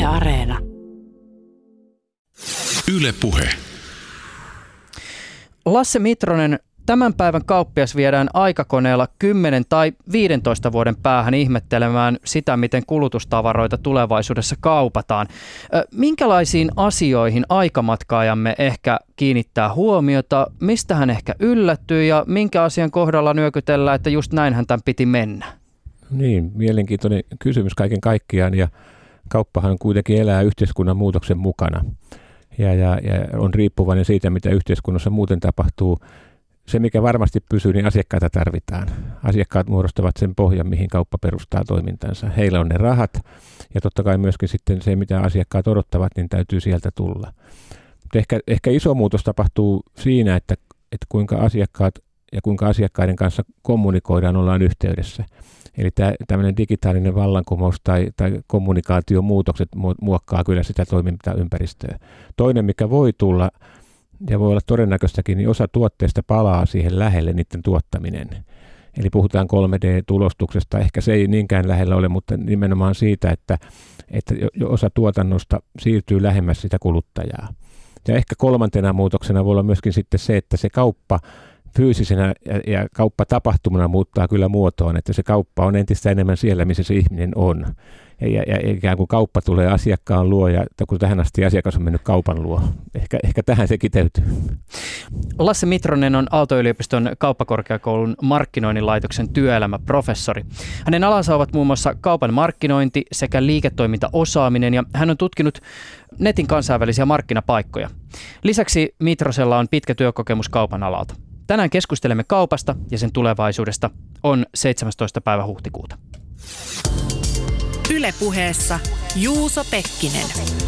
Areena. Yle Puhe. Lasse Mitronen, tämän päivän kauppias viedään aikakoneella 10 tai 15 vuoden päähän ihmettelemään sitä, miten kulutustavaroita tulevaisuudessa kaupataan. Minkälaisiin asioihin aikamatkaajamme ehkä kiinnittää huomiota, mistä hän ehkä yllättyy ja minkä asian kohdalla nyökytellään, että just näinhän tämän piti mennä? Niin, mielenkiintoinen kysymys kaiken kaikkiaan, ja kauppahan kuitenkin elää yhteiskunnan muutoksen mukana ja on riippuvainen siitä, mitä yhteiskunnassa muuten tapahtuu. Se, mikä varmasti pysyy, niin asiakkaita tarvitaan. Asiakkaat muodostavat sen pohjan, mihin kauppa perustaa toimintansa. Heillä on ne rahat, ja totta kai myöskin sitten se, mitä asiakkaat odottavat, niin täytyy sieltä tulla. Ehkä iso muutos tapahtuu siinä, että kuinka asiakkaat ja kuinka asiakkaiden kanssa kommunikoidaan, ollaan yhteydessä. Eli tämmöinen digitaalinen vallankumous tai kommunikaatiomuutokset muokkaa kyllä sitä toimintaympäristöä. Toinen, mikä voi tulla ja voi olla todennäköistäkin, niin osa tuotteista palaa siihen lähelle niiden tuottaminen. Eli puhutaan 3D-tulostuksesta, ehkä se ei niinkään lähellä ole, mutta nimenomaan siitä, että osa tuotannosta siirtyy lähemmäs sitä kuluttajaa. Ja ehkä kolmantena muutoksena voi olla myöskin sitten se, että se kauppa fyysisenä ja kauppatapahtumana muuttaa kyllä muotoon, että se kauppa on entistä enemmän siellä, missä se ihminen on. Ja ikään kuin kauppa tulee asiakkaan luo, ja kun tähän asti asiakas on mennyt kaupan luo. Ehkä tähän se kiteytyy. Lasse Mitronen on Aalto-yliopiston kauppakorkeakoulun markkinoinnin laitoksen työelämäprofessori. Hänen alansa ovat muun muassa kaupan markkinointi sekä liiketoimintaosaaminen, ja hän on tutkinut netin kansainvälisiä markkinapaikkoja. Lisäksi Mitrosella on pitkä työkokemus kaupan alalta. Tänään keskustelemme kaupasta ja sen tulevaisuudesta. On 17. päivä huhtikuuta. Yle Puheessa Juuso Pekkinen.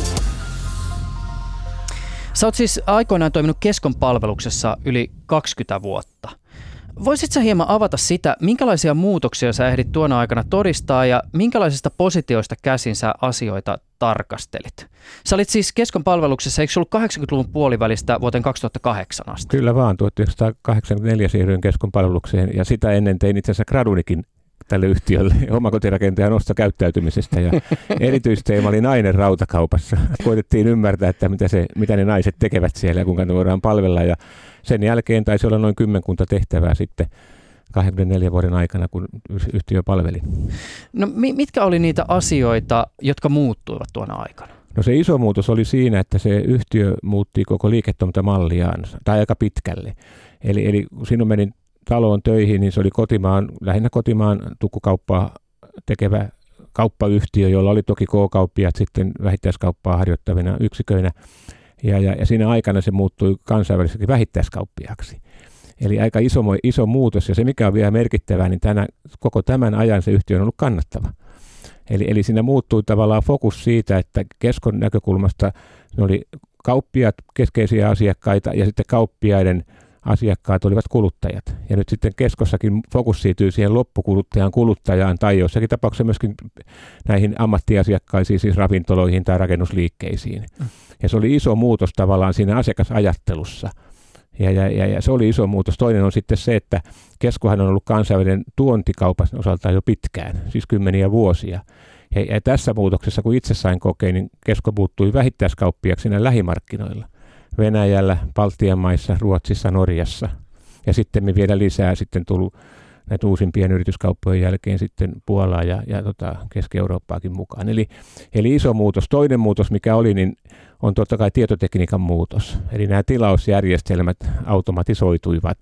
Sä oot siis aikoinaan toiminut Keskon palveluksessa yli 20 vuotta. Voisitko sä hieman avata sitä, minkälaisia muutoksia sä ehdit tuona aikana todistaa ja minkälaisista positioista käsin sä asioita tarkastelit? Sä olit siis Keskon palveluksessa, eikö se ollut 80-luvun puolivälistä vuoteen 2008 asti? Kyllä vaan, 1984 siirryin Keskon palvelukseen, ja sitä ennen tein itse asiassa gradunikin tälle yhtiölle omakotirakentajan ostokäyttäytymisestä, ja erityisteema oli nainen rautakaupassa. Koitettiin ymmärtää, että mitä ne naiset tekevät siellä ja kuinka ne voidaan palvella, ja sen jälkeen taisi olla noin 10 tehtävää sitten 24 vuoden aikana, kun yhtiö palveli. No mitkä oli niitä asioita, jotka muuttuivat tuona aikana? No se iso muutos oli siinä, että se yhtiö muutti koko liiketoimintamalliaan tai aika pitkälle. Eli kun sinun menin taloon töihin, niin se oli lähinnä kotimaan tukkukauppaa tekevä kauppayhtiö, jolla oli toki K-kauppiaat sitten vähittäiskauppaa harjoittavina yksiköinä. Ja siinä aikana se muuttui kansainvälisesti vähittäiskauppiaaksi. Eli aika iso muutos, ja se mikä on vielä merkittävää, niin koko tämän ajan se yhtiö on ollut kannattava. Eli siinä muuttui tavallaan fokus siitä, että Keskon näkökulmasta ne oli kauppiaat keskeisiä asiakkaita, ja sitten kauppiaiden asiakkaat olivat kuluttajat. Ja nyt sitten Keskossakin fokus siirtyy siihen kuluttajaan tai jossakin tapauksessa myöskin näihin ammattiasiakkaisiin, siis ravintoloihin tai rakennusliikkeisiin. Ja se oli iso muutos tavallaan siinä asiakasajattelussa. Ja se oli iso muutos. Toinen on sitten se, että Keskohan on ollut kansainvälinen tuontikaupan osalta jo pitkään, siis kymmeniä vuosia. Ja tässä muutoksessa, kun itse sain kokea, niin Kesko muuttui vähittäiskauppiaksi siinä lähimarkkinoilla. Venäjällä, Baltian maissa, Ruotsissa, Norjassa. Ja sitten me vielä lisää sitten tullut näitä uusimpien yrityskauppojen jälkeen sitten Puolaa ja Keski-Eurooppaakin mukaan. Eli iso muutos. Toinen muutos, mikä oli, niin on totta kai tietotekniikan muutos. Eli nämä tilausjärjestelmät automatisoituivat.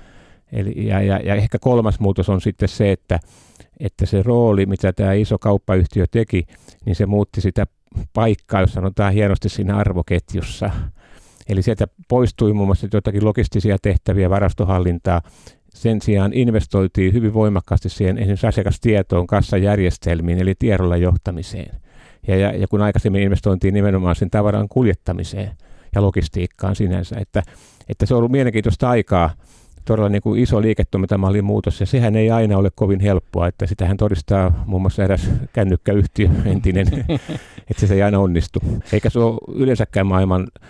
Ja ehkä kolmas muutos on sitten se, että se rooli, mitä tämä iso kauppayhtiö teki, niin se muutti sitä paikkaa, jos sanotaan hienosti siinä arvoketjussa. Eli sieltä poistui muun muassa jotakin logistisia tehtäviä, varastohallintaa. Sen sijaan investoitiin hyvin voimakkaasti siihen esimerkiksi asiakastietoon, kassajärjestelmiin, eli tiedolla johtamiseen. Ja kun aikaisemmin investointiin nimenomaan sen tavaran kuljettamiseen ja logistiikkaan sinänsä, että se on ollut mielenkiintoista aikaa, todella niin kuin iso liiketoimintamallin muutos, ja sehän ei aina ole kovin helppoa, että sitähän todistaa muun muassa eräs kännykkäyhtiö entinen, että se ei aina onnistu. Eikä se ole yleensäkään maailman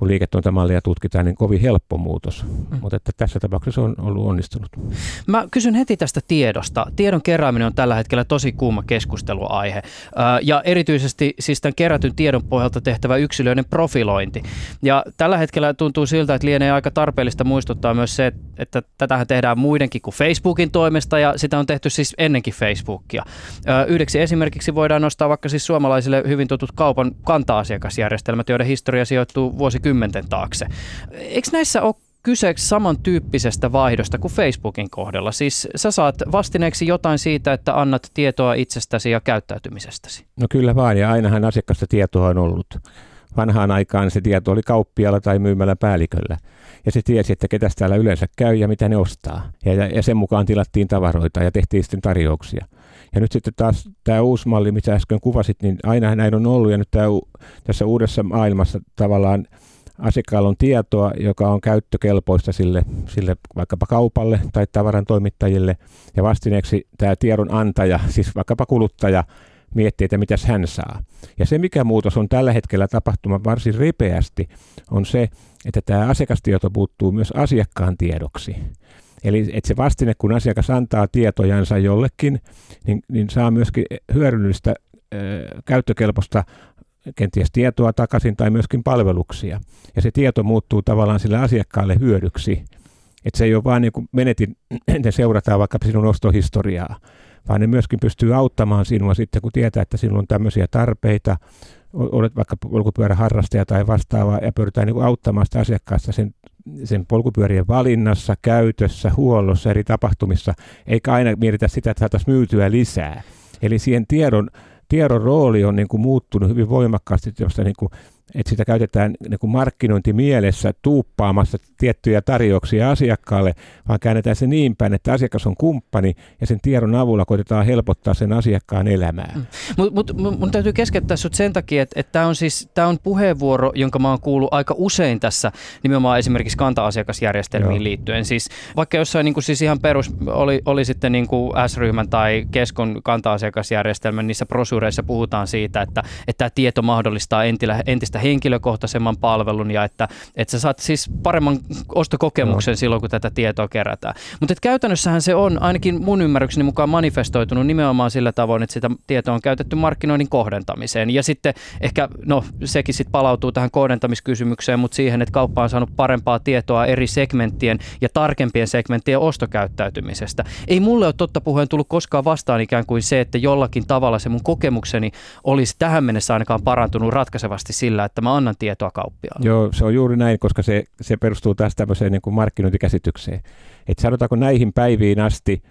kun liiketoimintamallia tutkitaan, niin kovin helppo muutos. Mutta että tässä tapauksessa on ollut onnistunut. Mä kysyn heti tästä tiedosta. Tiedon kerääminen on tällä hetkellä tosi kuuma keskusteluaihe. Ja erityisesti siis tämän kerätyn tiedon pohjalta tehtävä yksilöiden profilointi. Ja tällä hetkellä tuntuu siltä, että lienee aika tarpeellista muistuttaa myös se, että tätähän tehdään muidenkin kuin Facebookin toimesta, ja sitä on tehty siis ennenkin Facebookia. Yhdeksi esimerkiksi voidaan nostaa vaikka siis suomalaisille hyvin tutut kaupan kanta-asiakasjärjestelmät, joiden historia sijoittuu vuosikymmenten taakse. Eikö näissä ole kyse samantyyppisestä vaihdosta kuin Facebookin kohdalla? Siis sä saat vastineeksi jotain siitä, että annat tietoa itsestäsi ja käyttäytymisestäsi. No kyllä vaan, ja ainahan asiakasta tietoa on ollut. Vanhaan aikaan se tieto oli kauppialla tai myymällä päälliköllä. Ja se tiesi, että ketäs täällä yleensä käy ja mitä ne ostaa. Ja sen mukaan tilattiin tavaroita ja tehtiin sitten tarjouksia. Ja nyt sitten taas tämä uusi malli, mitä äsken kuvasit, niin aina näin on ollut. Ja nyt tässä uudessa maailmassa tavallaan asiakkaalla on tietoa, joka on käyttökelpoista sille vaikkapa kaupalle tai tavaran toimittajille. Ja vastineeksi tämä tiedon antaja, siis vaikkapa kuluttaja, miettii, että mitäs hän saa. Ja se, mikä muutos on tällä hetkellä tapahtumaan varsin ripeästi, on se, että tämä asiakastieto puuttuu myös asiakkaan tiedoksi. Eli että se vastine, kun asiakas antaa tietojansa jollekin, niin saa myöskin hyödyllistä käyttökelpoista kenties tietoa takaisin tai myöskin palveluksia. Ja se tieto muuttuu tavallaan sille asiakkaalle hyödyksi. Että se ei ole vaan niin kuin menetin, ne seurataan vaikka sinun ostohistoriaa, vaan ne myöskin pystyy auttamaan sinua sitten, kun tietää, että sinulla on tämmöisiä tarpeita, olet vaikka polkupyöräharrastaja tai vastaava, ja pyritään niin kuin auttamaan sitä asiakkaasta sen polkupyörien valinnassa, käytössä, huollossa, eri tapahtumissa, eikä aina mietitä sitä, että saataisiin myytyä lisää. Eli siihen tiedon rooli on niin kuin muuttunut hyvin voimakkaasti, niin kuin, että sitä käytetään niin kuin markkinointimielessä tuuppaamassa tiettyjä tarjouksia asiakkaalle, vaan käännetään se niin päin, että asiakas on kumppani ja sen tiedon avulla koitetaan helpottaa sen asiakkaan elämää. Mutta mun täytyy keskeyttää sut sen takia, että tämä on puheenvuoro, jonka mä oon kuullut aika usein tässä nimenomaan esimerkiksi kanta-asiakasjärjestelmiin liittyen. Siis vaikka jossain niin kuin siis ihan perus oli sitten niin kuin S-ryhmän tai Keskon kanta-asiakasjärjestelmän, niissä brosureissa puhutaan siitä, että tämä tieto mahdollistaa entistä henkilökohtaisemman palvelun ja että sä saat siis paremman ostokokemuksen silloin, kun tätä tietoa kerätään. Mutta käytännössähän se on ainakin mun ymmärrykseni mukaan manifestoitunut nimenomaan sillä tavoin, että sitä tietoa on käytetty markkinoinnin kohdentamiseen. Ja sitten ehkä, sekin sitten palautuu tähän kohdentamiskysymykseen, mutta siihen, että kauppa on saanut parempaa tietoa eri segmenttien ja tarkempien segmenttien ostokäyttäytymisestä. Ei mulle ole totta puheen tullut koskaan vastaan ikään kuin se, että jollakin tavalla se mun kokemukseni olisi tähän mennessä ainakaan parantunut ratkaisevasti sillä, että mä annan tietoa kauppiaalle. Joo, se on juuri näin, koska se perustuu taas tämmöiseen niin kuin markkinointikäsitykseen. Että sanotaanko näihin päiviin asti,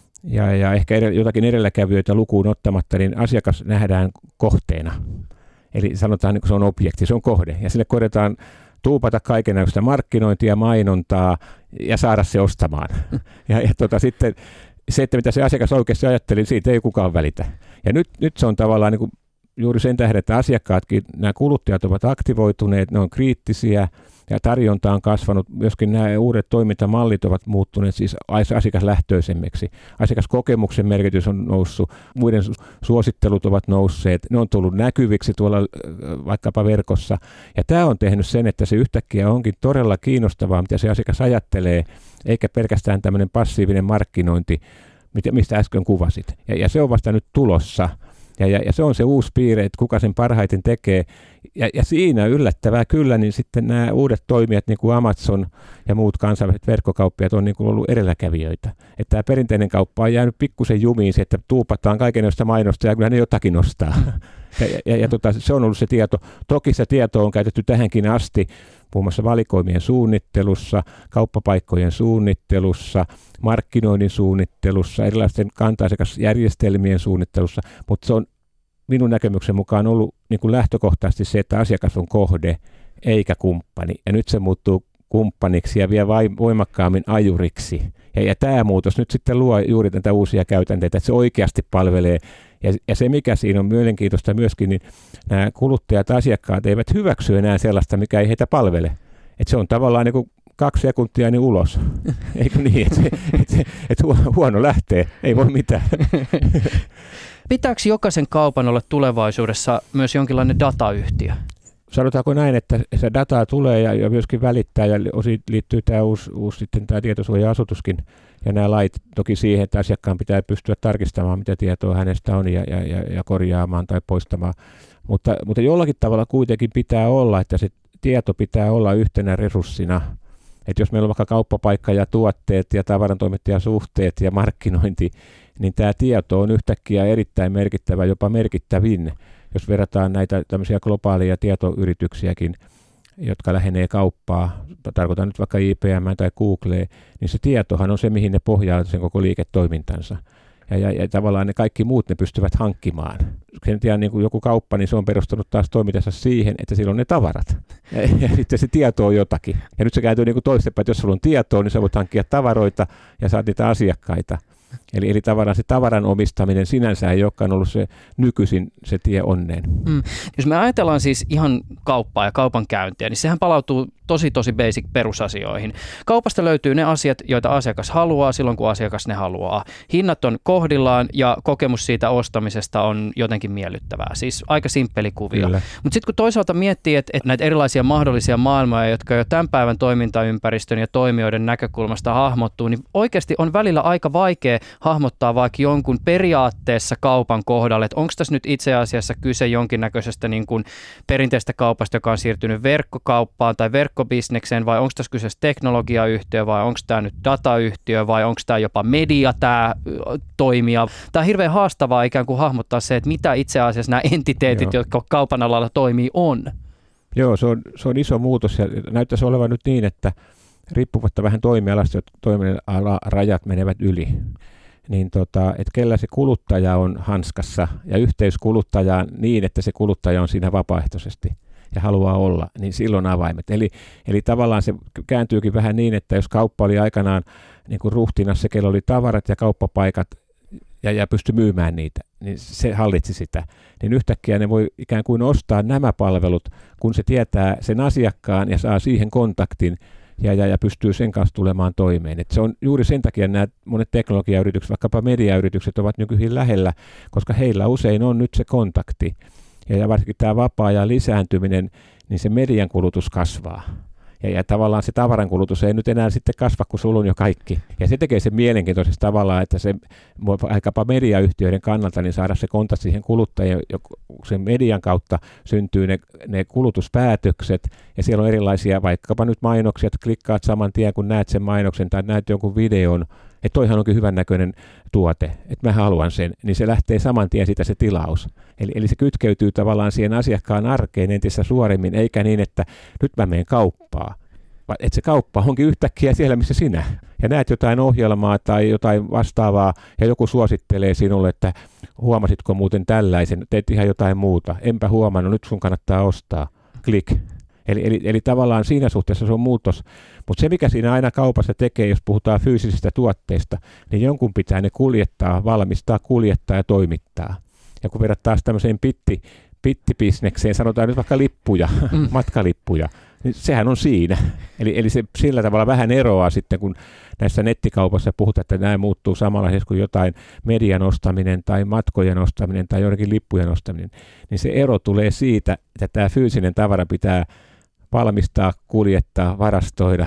ja ehkä jotakin edelläkävijöitä lukuun ottamatta, niin asiakas nähdään kohteena. Eli sanotaan, että se on objekti, se on kohde. Ja sille koetetaan tuupata kaikenlaista markkinointia, mainontaa ja saada se ostamaan. Ja sitten se, että mitä se asiakas oikeasti ajatteli, siitä ei kukaan välitä. Ja nyt se on tavallaan niin kuin juuri sen tähden, että asiakkaatkin, nämä kuluttajat ovat aktivoituneet, ne on kriittisiä ja tarjonta on kasvanut. Myöskin nämä uudet toimintamallit ovat muuttuneet siis asiakaslähtöisemmiksi. Asiakaskokemuksen merkitys on noussut, muiden suosittelut ovat nousseet, ne on tullut näkyviksi tuolla vaikkapa verkossa. Ja tämä on tehnyt sen, että se yhtäkkiä onkin todella kiinnostavaa, mitä se asiakas ajattelee, eikä pelkästään tämmöinen passiivinen markkinointi, mistä äsken kuvasit. Ja se on vasta nyt tulossa. Ja se on se uusi piirre, että kuka sen parhaiten tekee. Ja siinä yllättävää kyllä, niin sitten nämä uudet toimijat, niin kuin Amazon ja muut kansainväliset verkkokauppiat, on niin kuin ollut edelläkävijöitä. Että tämä perinteinen kauppa on jäänyt pikkusen jumiin, että tuupataan kaikenlaista mainosta ja kyllä ne jotakin ostaa. Se on ollut se tieto. Toki se tieto on käytetty tähänkin asti, muun muassa valikoimien suunnittelussa, kauppapaikkojen suunnittelussa, markkinoinnin suunnittelussa, erilaisten kanta-asiakasjärjestelmien suunnittelussa, mutta se on minun näkemyksen mukaan ollut niin kuin lähtökohtaisesti se, että asiakas on kohde eikä kumppani. Ja nyt se muuttuu kumppaniksi ja vie voimakkaammin ajuriksi. Ja tämä muutos nyt sitten luo juuri tätä uusia käytänteitä, että se oikeasti palvelee. Ja se, mikä siinä on mielenkiintoista myöskin, niin nämä kuluttajat ja asiakkaat eivät hyväksy enää sellaista, mikä ei heitä palvele. Että se on tavallaan niin kuin 2 sekuntia niin ulos. Eikö niin? Että huono lähtee, ei voi mitään. Pitääkö jokaisen kaupan olla tulevaisuudessa myös jonkinlainen datayhtiö? sanotaanko näin, että se dataa tulee ja myöskin välittää, ja osin liittyy tämä uusi sitten tämä tietosuoja-asetuskin ja nämä lait toki siihen, että asiakkaan pitää pystyä tarkistamaan, mitä tietoa hänestä on ja korjaamaan tai poistamaan. Mutta jollakin tavalla kuitenkin pitää olla, että se tieto pitää olla yhtenä resurssina. Että jos meillä on vaikka kauppapaikka ja tuotteet ja tavarantoimittajasuhteet ja markkinointi, niin tämä tieto on yhtäkkiä erittäin merkittävä, jopa merkittävin, jos verrataan näitä tämmöisiä globaaleja tietoyrityksiäkin, jotka lähenee kauppaa, tarkoitan nyt vaikka IBM tai Google, niin se tietohan on se, mihin ne pohjaa sen koko liiketoimintansa. Ja tavallaan ne kaikki muut ne pystyvät hankkimaan. Sen tiedän, niin kuin joku kauppa, niin se on perustunut taas toimintansa siihen, että sillä on ne tavarat. Ja sitten se tieto on jotakin. Ja nyt se kääntyy niin kuin toistepäin, että jos sulla on tietoa, niin sä voit hankkia tavaroita ja saat niitä asiakkaita. Eli tavallaan se tavaran omistaminen sinänsä ei olekaan ollut se nykyisin se tie onneen. Jos me ajatellaan siis ihan kauppaa ja kaupankäyntiä, niin sehän palautuu tosi basic perusasioihin. Kaupasta löytyy ne asiat, joita asiakas haluaa silloin, kun asiakas ne haluaa. Hinnat on kohdillaan ja kokemus siitä ostamisesta on jotenkin miellyttävää. Siis aika simppeli kuvio. Mutta sitten kun toisaalta miettii, että näitä erilaisia mahdollisia maailmoja, jotka jo tämän päivän toimintaympäristön ja toimijoiden näkökulmasta hahmottuu, niin oikeasti on välillä aika vaikea hahmottaa vaikka jonkun periaatteessa kaupan kohdalle, että onko tässä nyt itse asiassa kyse jonkinnäköisestä niin kuin perinteistä kaupasta, joka on siirtynyt verkkokauppaan tai verkkobisnekseen, vai onko tässä kyseessä teknologiayhtiö, vai onko tämä nyt datayhtiö, vai onko tämä jopa media, tämä toimija. Tämä on hirveän haastavaa ikään kuin hahmottaa se, että mitä itse asiassa nämä entiteetit, jotka kaupan alalla toimii, on. Joo, se on iso muutos ja näyttäisi olevan nyt niin, että riippumatta vähän toimialasta, että toimialarajat menevät yli, niin että kellä se kuluttaja on hanskassa ja yhteys kuluttajaan niin, että se kuluttaja on siinä vapaaehtoisesti ja haluaa olla, niin silloin avaimet. Eli tavallaan se kääntyykin vähän niin, että jos kauppa oli aikanaan niin kuin ruhtinassa, kello oli tavarat ja kauppapaikat ja pystyi myymään niitä, niin se hallitsi sitä. Niin yhtäkkiä ne voi ikään kuin ostaa nämä palvelut, kun se tietää sen asiakkaan ja saa siihen kontaktin ja pystyy sen kanssa tulemaan toimeen. Et se on juuri sen takia nämä monet teknologiayritykset, vaikkapa mediayritykset ovat nykyisin lähellä, koska heillä usein on nyt se kontakti. Ja varsinkin tämä vapaa-ajan lisääntyminen, niin se median kulutus kasvaa. Ja tavallaan se tavarankulutus ei nyt enää sitten kasva, kun sulla on jo kaikki. Ja se tekee sen mielenkiintoisesti tavallaan, että se vaikkapa mediayhtiöiden kannalta niin saada se kontakti siihen kuluttajien, sen median kautta syntyy ne kulutuspäätökset. Ja siellä on erilaisia vaikkapa nyt mainoksia, että klikkaat saman tien, kun näet sen mainoksen tai näet jonkun videon, että toihan onkin hyvän näköinen tuote, että mä haluan sen, niin se lähtee saman tien siitä se tilaus. Eli se kytkeytyy tavallaan siihen asiakkaan arkeen entistä suoremmin, eikä niin, että nyt mä menen kauppaan. Että se kauppa onkin yhtäkkiä siellä, missä sinä. Ja näet jotain ohjelmaa tai jotain vastaavaa, ja joku suosittelee sinulle, että huomasitko muuten tällaisen, teet ihan jotain muuta. Enpä huomannut, nyt sun kannattaa ostaa. Klik. Eli tavallaan siinä suhteessa se on muutos. Mutta se, mikä siinä aina kaupassa tekee, jos puhutaan fyysisistä tuotteista, niin jonkun pitää ne kuljettaa, valmistaa, kuljettaa ja toimittaa. Ja kun verrat taas tämmöiseen pittibisnekseen, sanotaan nyt vaikka lippuja, matkalippuja, niin sehän on siinä. Eli se sillä tavalla vähän eroaa sitten, kun näissä nettikaupassa puhutaan, että nämä muuttuu samanlaisesti kuin jotain median ostaminen tai matkojen ostaminen tai joidenkin lippujen ostaminen. Niin se ero tulee siitä, että tämä fyysinen tavara pitää valmistaa, kuljettaa, varastoida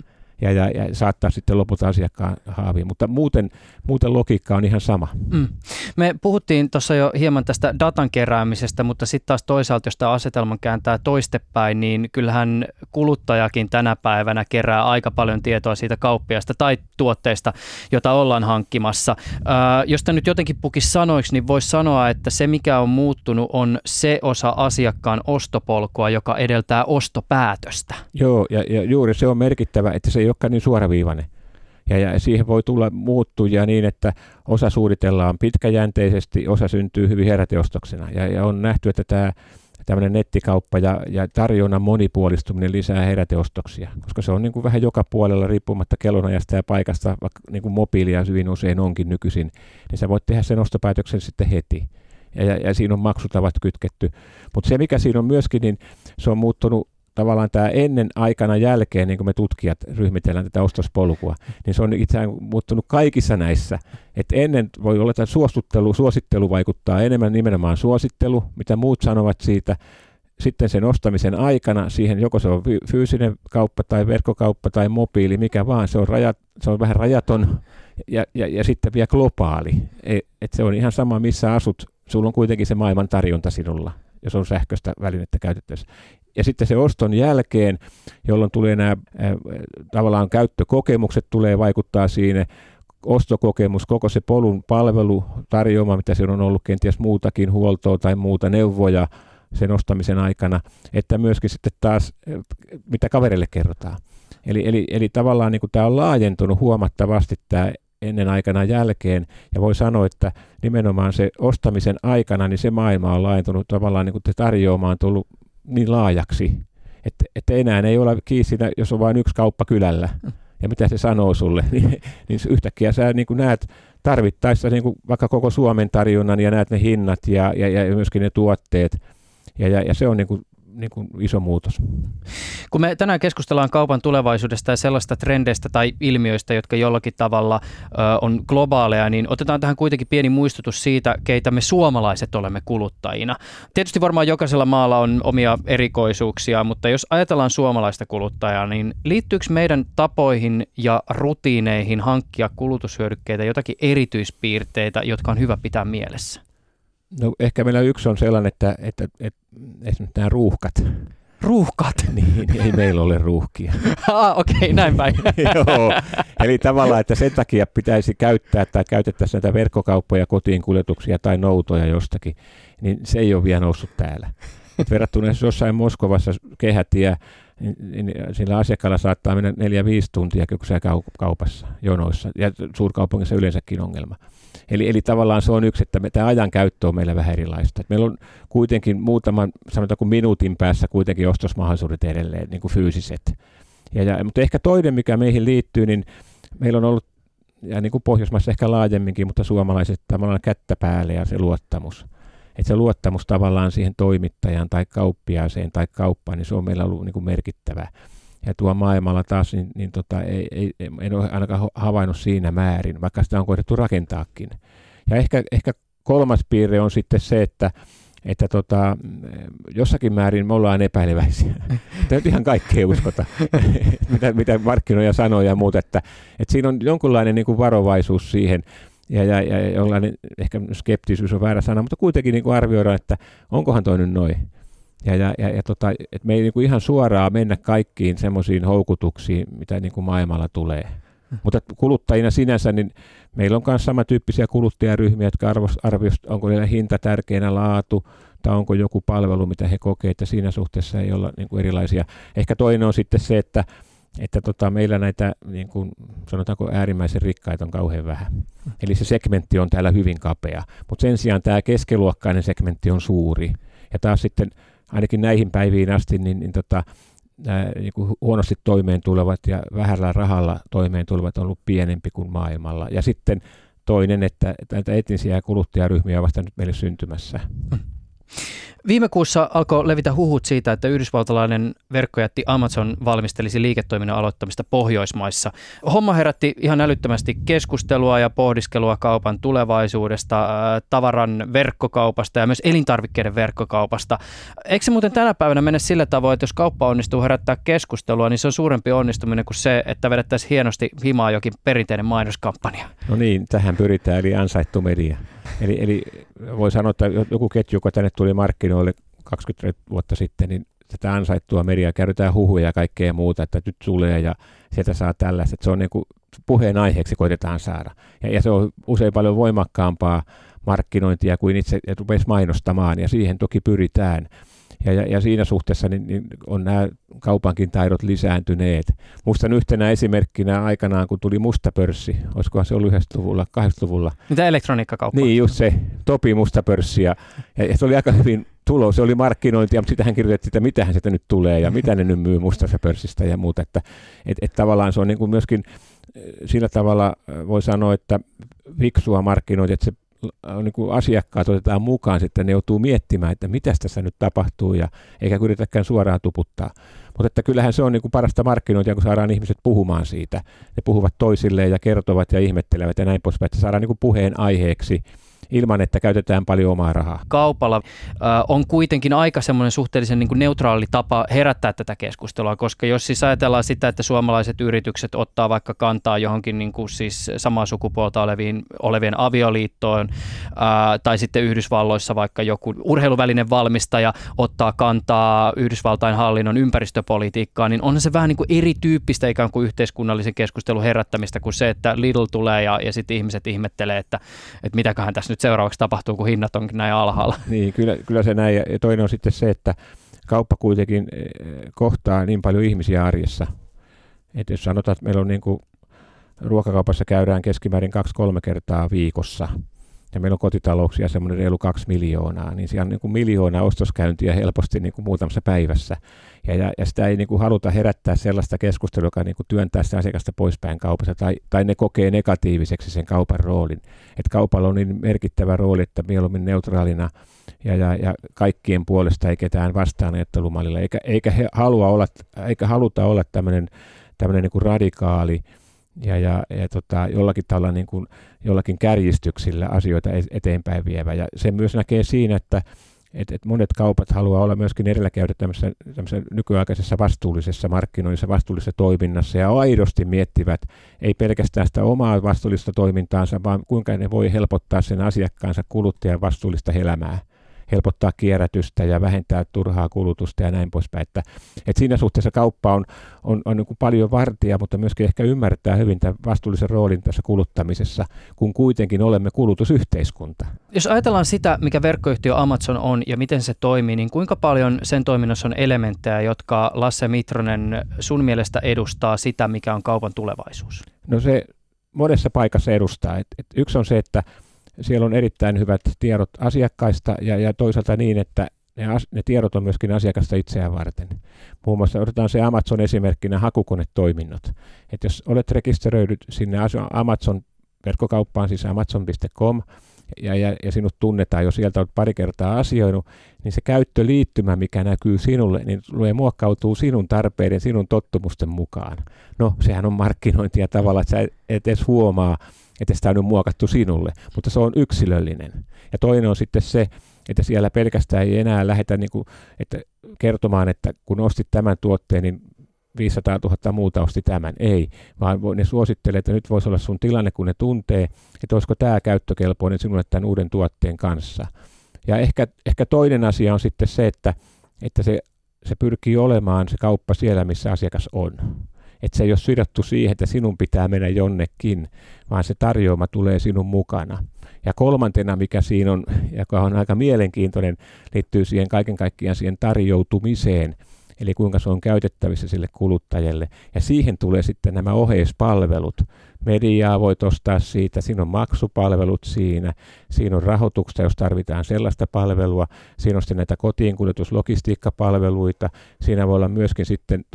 ja saattaa sitten lopulta asiakkaan haaviin. Mutta muuten logiikka on ihan sama. Me puhuttiin tuossa jo hieman tästä datan keräämisestä, mutta sitten taas toisaalta, jos tämä asetelman kääntää toistepäin, niin kyllähän kuluttajakin tänä päivänä kerää aika paljon tietoa siitä kauppiasta tai tuotteista, jota ollaan hankkimassa. Jos tämä nyt jotenkin pukisi sanoiksi, niin voisi sanoa, että se mikä on muuttunut on se osa asiakkaan ostopolkua, joka edeltää ostopäätöstä. Joo, ja juuri se on merkittävä, että se ei olekaan niin suoraviivainen. Ja siihen voi tulla muuttuja niin, että osa suunnitellaan pitkäjänteisesti, osa syntyy hyvin heräteostoksena. Ja on nähty, että tämä tämmöinen nettikauppa ja tarjonnan monipuolistuminen lisää heräteostoksia, koska se on niin kuin vähän joka puolella riippumatta kellonajasta ja paikasta, vaikka niin kuin mobiilia hyvin usein onkin nykyisin, niin sä voit tehdä sen ostopäätöksen sitten heti. Ja siinä on maksutavat kytketty. Mutta se, mikä siinä on myöskin, niin se on muuttunut tavallaan tämä ennen, aikana, jälkeen, niin kuin me tutkijat ryhmitellään tätä ostospolkua, niin se on itse asiassa muuttunut kaikissa näissä. Että ennen voi olla, että suosittelu vaikuttaa enemmän nimenomaan suosittelu, mitä muut sanovat siitä, sitten sen ostamisen aikana siihen, joko se on fyysinen kauppa tai verkkokauppa tai mobiili, mikä vaan, se on vähän rajaton ja sitten vielä globaali. Et se on ihan sama, missä asut, sulla on kuitenkin se maailman tarjonta sinulla, jos on sähköistä välinettä käytettävissä. Ja sitten se oston jälkeen, jolloin tulee nämä tavallaan käyttökokemukset tulee vaikuttaa siinä, ostokokemus, koko se polun palvelu, tarjoama, mitä siellä on ollut, kenties muutakin huoltoa tai muuta neuvoja sen ostamisen aikana, että myöskin sitten taas, mitä kaverille kerrotaan. Eli tavallaan niin kuin tämä on laajentunut huomattavasti tämä ennen aikana jälkeen, ja voi sanoa, että nimenomaan se ostamisen aikana, niin se maailma on laajentunut tavallaan, niin kuin tarjoama on tullut niin laajaksi, että enää ei ole kiinni siinä, jos on vain yksi kauppa kylällä. Ja mitä se sanoo sulle, niin yhtäkkiä sä niin kuin näet tarvittaessa niin kuin vaikka koko Suomen tarjonnan ja näet ne hinnat ja myöskin ne tuotteet. Ja se on niin kuin iso muutos. Kun me tänään keskustellaan kaupan tulevaisuudesta ja sellaista trendeistä tai ilmiöistä, jotka jollakin tavalla on globaaleja, niin otetaan tähän kuitenkin pieni muistutus siitä, keitä me suomalaiset olemme kuluttajina. Tietysti varmaan jokaisella maalla on omia erikoisuuksia, mutta jos ajatellaan suomalaista kuluttajaa, niin liittyykö meidän tapoihin ja rutiineihin hankkia kulutushyödykkeitä jotakin erityispiirteitä, jotka on hyvä pitää mielessä? No ehkä meillä yksi on sellainen, että esimerkiksi nämä ruuhkat. Ruuhkat? Niin, ei meillä ole ruuhkia. Okei, näin päin. Joo, eli tavallaan, että sen takia pitäisi käyttää tai käytettäisiin näitä verkkokauppoja, kotiin kuljetuksia tai noutoja jostakin, niin se ei ole vielä noussut täällä. Et verrattuna jossain Moskovassa kehätie, niin sillä asiakkaalla saattaa mennä 4-5 tuntia, kun se kaupassa jonoissa, ja suurkaupungissa yleensäkin ongelma. Eli tavallaan se on yksi, että tämä ajan käyttö on meillä vähän erilaista. Et meillä on kuitenkin muutaman, sanotaanko minuutin päässä kuitenkin ostosmahdollisuudet edelleen, niin kuin fyysiset. Mutta ehkä toinen, mikä meihin liittyy, niin meillä on ollut, ja niin kuin Pohjoismaissa ehkä laajemminkin, mutta suomalaiset tavallaan kättä päälle ja se luottamus. Että se luottamus tavallaan siihen toimittajaan tai kauppiaaseen tai kauppaan, niin se on meillä ollut niin kuin merkittävä. Ja tuo maailmalla taas, en ole ainakaan havainnut siinä määrin, vaikka sitä on koetettu rakentaakin. Ja ehkä kolmas piirre on sitten se, että jossakin määrin me ollaan epäileväisiä. Tämä nyt ihan kaikkea uskota, mitä markkinoja sanoo ja muuta. Että siinä on jonkunlainen niin kuin varovaisuus siihen. Ja jollainen ehkä skeptisyys on väärä sana, mutta kuitenkin niin kuin arvioidaan, että onkohan toi nyt noin. Että me ei niin kuin ihan suoraan mennä kaikkiin semmoisiin houkutuksiin, mitä niin kuin maailmalla tulee. Mutta kuluttajina sinänsä, niin meillä on myös samantyyppisiä kuluttajaryhmiä, jotka arvioivat, onko niillä hinta tärkeänä, laatu, tai onko joku palvelu, mitä he kokee, että siinä suhteessa ei olla niin kuin erilaisia. Ehkä toinen on sitten se, että meillä näitä, niin kuin sanotaanko äärimmäisen rikkaita on kauhean vähän. Eli se segmentti on täällä hyvin kapea, mutta sen sijaan tämä keskiluokkainen segmentti on suuri. Ja taas sitten ainakin näihin päiviin asti, niin huonosti toimeen tulevat ja vähällä rahalla toimeen tulevat on ollut pienempi kuin maailmalla. Ja sitten toinen, että näitä etnisiä kuluttajaryhmiä on vasta nyt meille syntymässä. Viime kuussa alkoi levitä huhut siitä, että yhdysvaltalainen verkkojätti Amazon valmistelisi liiketoiminnan aloittamista Pohjoismaissa. Homma herätti ihan älyttömästi keskustelua ja pohdiskelua kaupan tulevaisuudesta, tavaran verkkokaupasta ja myös elintarvikkeiden verkkokaupasta. Eikö se muuten tänä päivänä mene sillä tavoin, että jos kauppa onnistuu herättää keskustelua, niin se on suurempi onnistuminen kuin se, että vedettäisiin hienosti himaa jokin perinteinen mainoskampanja? No niin, tähän pyritään, eli ansaittu media. Eli voi sanoa, että joku ketju, joka tänne tuli markkinoille 20 vuotta sitten, niin tätä ansaittua mediaa käytetään huhuja ja kaikkea muuta, että nyt tulee ja sieltä saa tällaista. Että se on niin kuin puheen aiheeksi koitetaan saada. Ja se on usein paljon voimakkaampaa markkinointia kuin itse rupesi mainostamaan, ja siihen toki pyritään. Ja siinä suhteessa niin on nämä kaupankin taidot lisääntyneet. Muistan yhtenä esimerkkinä aikanaan, kun tuli musta pörssi, olisikohan se ollut 90-luvulla, 80-luvulla. Mitä elektroniikkakauppa? Niin, just se Topi musta pörssi. Ja se oli aika hyvin tulos, se oli markkinointia, mutta sitähän kirjoitettiin, että mitähän sitä nyt tulee ja mitä ne nyt myy mustassa pörssistä ja muuta. Että tavallaan se on niin kuin myöskin sillä tavalla voi sanoa, että fiksua markkinointia, että se niin kuin asiakkaat otetaan mukaan, sitten ne joutuu miettimään, että mitä tässä nyt tapahtuu, ja eikä yritetäkään suoraan tuputtaa. Mutta että kyllähän se on niin kuin parasta markkinointia, kun saadaan ihmiset puhumaan siitä. Ne puhuvat toisilleen ja kertovat ja ihmettelevät ja näin poispäin, että saadaan niin kuin puheen aiheeksi. ilman, että käytetään paljon omaa rahaa. Kaupalla on kuitenkin aika semmoinen suhteellisen niin kuin neutraali tapa herättää tätä keskustelua, koska jos siis ajatellaan sitä, että suomalaiset yritykset ottaa vaikka kantaa johonkin niin kuin siis samaa sukupuolta olevien avioliittoon, tai sitten Yhdysvalloissa vaikka joku urheiluvälinen valmistaja ottaa kantaa Yhdysvaltain hallinnon ympäristöpolitiikkaan, niin on se vähän niin kuin erityyppistä ikään kuin yhteiskunnallisen keskustelun herättämistä kuin se, että Lidl tulee ja sitten ihmiset ihmettelee, että mitäköhän tässä nyt seuraavaksi tapahtuu, kun hinnat onkin näin alhaalla. Niin, kyllä se näin. Ja toinen on sitten se, että kauppa kuitenkin kohtaa niin paljon ihmisiä arjessa. Että jos sanotaan, että meillä on niin kuin ruokakaupassa käydään keskimäärin 2-3 kertaa viikossa, ja meillä on kotitalouksia semmoinen reilu 2 miljoonaa, niin siellä on niin kuin 1 miljoonaa ostoskäyntiä helposti niin kuin muutamassa päivässä. Ja sitä ei niin kuin haluta herättää sellaista keskustelua, joka niin kuin työntää sitä asiakasta poispäin kaupassa, tai ne kokee negatiiviseksi sen kaupan roolin. Että kaupalla on niin merkittävä rooli, että mieluummin neutraalina ja kaikkien puolesta ei ketään vastaanajattelumallilla, eikä haluta olla tämmöinen niin kuin radikaali ja jollakin tavalla niin kuin jollakin kärjistyksillä asioita eteenpäin vievä. Ja se myös näkee siinä, että monet kaupat haluaa olla myöskin edelläkäytä tämmöisessä nykyaikaisessa vastuullisessa markkinoinnissa, vastuullisessa toiminnassa ja aidosti miettivät ei pelkästään sitä omaa vastuullista toimintaansa, vaan kuinka ne voi helpottaa sen asiakkaansa kuluttajan vastuullista elämää, helpottaa kierrätystä ja vähentää turhaa kulutusta ja näin poispäin. Että siinä suhteessa kauppa on niin kuin paljon vartija, mutta myöskin ehkä ymmärtää hyvin tämän vastuullisen roolin tässä kuluttamisessa, kun kuitenkin olemme kulutusyhteiskunta. Jos ajatellaan sitä, mikä verkkoyhtiö Amazon on ja miten se toimii, niin kuinka paljon sen toiminnassa on elementtejä, jotka Lasse Mitronen sun mielestä edustaa sitä, mikä on kaupan tulevaisuus? No se monessa paikassa edustaa. Yksi on se, että siellä on erittäin hyvät tiedot asiakkaista ja toisaalta niin, että ne tiedot on myöskin asiakasta itseään varten. Muun muassa otetaan se Amazon esimerkkinä hakukonetoiminnot. Että jos olet rekisteröidyt sinne Amazon verkkokauppaan, siis amazon.com, ja sinut tunnetaan, jos sieltä olet pari kertaa asioinut, niin se käyttöliittymä, mikä näkyy sinulle, niin muokkautuu sinun tarpeiden, sinun tottumusten mukaan. No, sehän on markkinointia tavalla, että sä et edes huomaa, että sitä on muokattu sinulle, mutta se on yksilöllinen. Ja toinen on sitten se, että siellä pelkästään ei enää lähdetä että kertomaan, että kun ostit tämän tuotteen, niin 500 000 muuta osti tämän. Ei, vaan ne suosittelee, että nyt voisi olla sun tilanne, kun ne tuntee, että olisiko tämä käyttökelpoinen sinulle tämän uuden tuotteen kanssa. Ja ehkä toinen asia on sitten se, että se pyrkii olemaan se kauppa siellä, missä asiakas on. Että se ei ole sidottu siihen, että sinun pitää mennä jonnekin, vaan se tarjoama tulee sinun mukana. Ja kolmantena, mikä siinä on, joka on aika mielenkiintoinen, liittyy siihen kaiken kaikkiaan siihen tarjoutumiseen, eli kuinka se on käytettävissä sille kuluttajalle. Ja siihen tulee sitten nämä oheispalvelut. Mediaa voit ostaa siitä, siinä on maksupalvelut siinä on rahoitusta, jos tarvitaan sellaista palvelua, siinä on sitten näitä kotiinkuljetuslogistiikkapalveluita, siinä voi olla myöskin sitten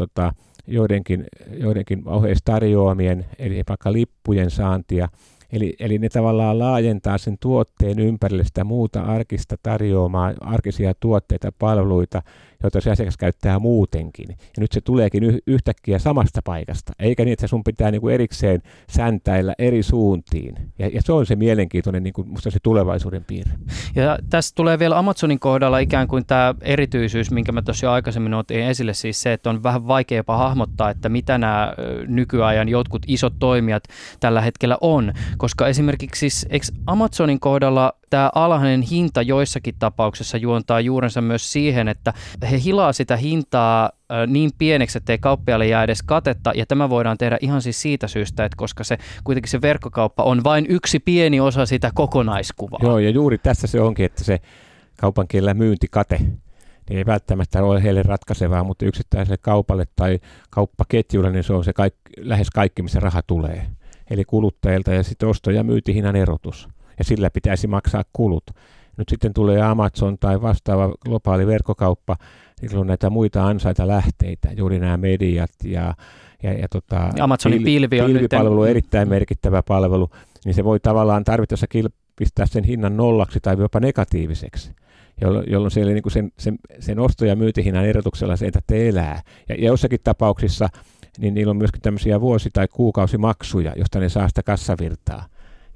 joidenkin oheistarjoamien, eli vaikka lippujen saantia. Eli ne tavallaan laajentaa sen tuotteen ympärille sitä muuta arkista tarjoamaa, arkisia tuotteita ja palveluita, joita se asiakas käyttää muutenkin. Ja nyt se tuleekin yhtäkkiä samasta paikasta, eikä niin, että sun pitää niinku erikseen säntäillä eri suuntiin. Ja se on se mielenkiintoinen musta se tulevaisuuden piirre. Ja tässä tulee vielä Amazonin kohdalla ikään kuin tämä erityisyys, minkä mä tuossa jo aikaisemmin otin esille, siis se, että on vähän vaikea jopa hahmottaa, että mitä nämä nykyajan jotkut isot toimijat tällä hetkellä on. Koska esimerkiksi siis, Amazonin kohdalla tämä alhainen hinta joissakin tapauksissa juontaa juurensa myös siihen, että he hilaa sitä hintaa niin pieneksi, ettei kauppiaille jää edes katetta, ja tämä voidaan tehdä ihan siis siitä syystä, että koska kuitenkin se verkkokauppa on vain yksi pieni osa sitä kokonaiskuvaa. Joo, ja juuri tässä se onkin, että se kaupan kielellä myyntikate niin ei välttämättä ole heille ratkaisevaa, mutta yksittäiselle kaupalle tai kauppaketjulle, niin se on se lähes kaikki, missä raha tulee. Eli kuluttajilta ja sitten osto- ja myyntihinnan erotus. Ja sillä pitäisi maksaa kulut. Nyt sitten tulee Amazon tai vastaava globaali verkkokauppa, niillä on näitä muita ansaintalähteitä, juuri nämä mediat ja Amazonin pilvipalvelu on erittäin merkittävä palvelu, niin se voi tavallaan tarvittaessa pistää sen hinnan nollaksi tai jopa negatiiviseksi, jolloin siellä niin sen osto- ja myyntihinnan erotuksella se ei tarvitse elää. Ja jossakin tapauksissa niin niillä on myöskin tämmöisiä vuosi- tai kuukausimaksuja, josta ne saa sitä kassavirtaa.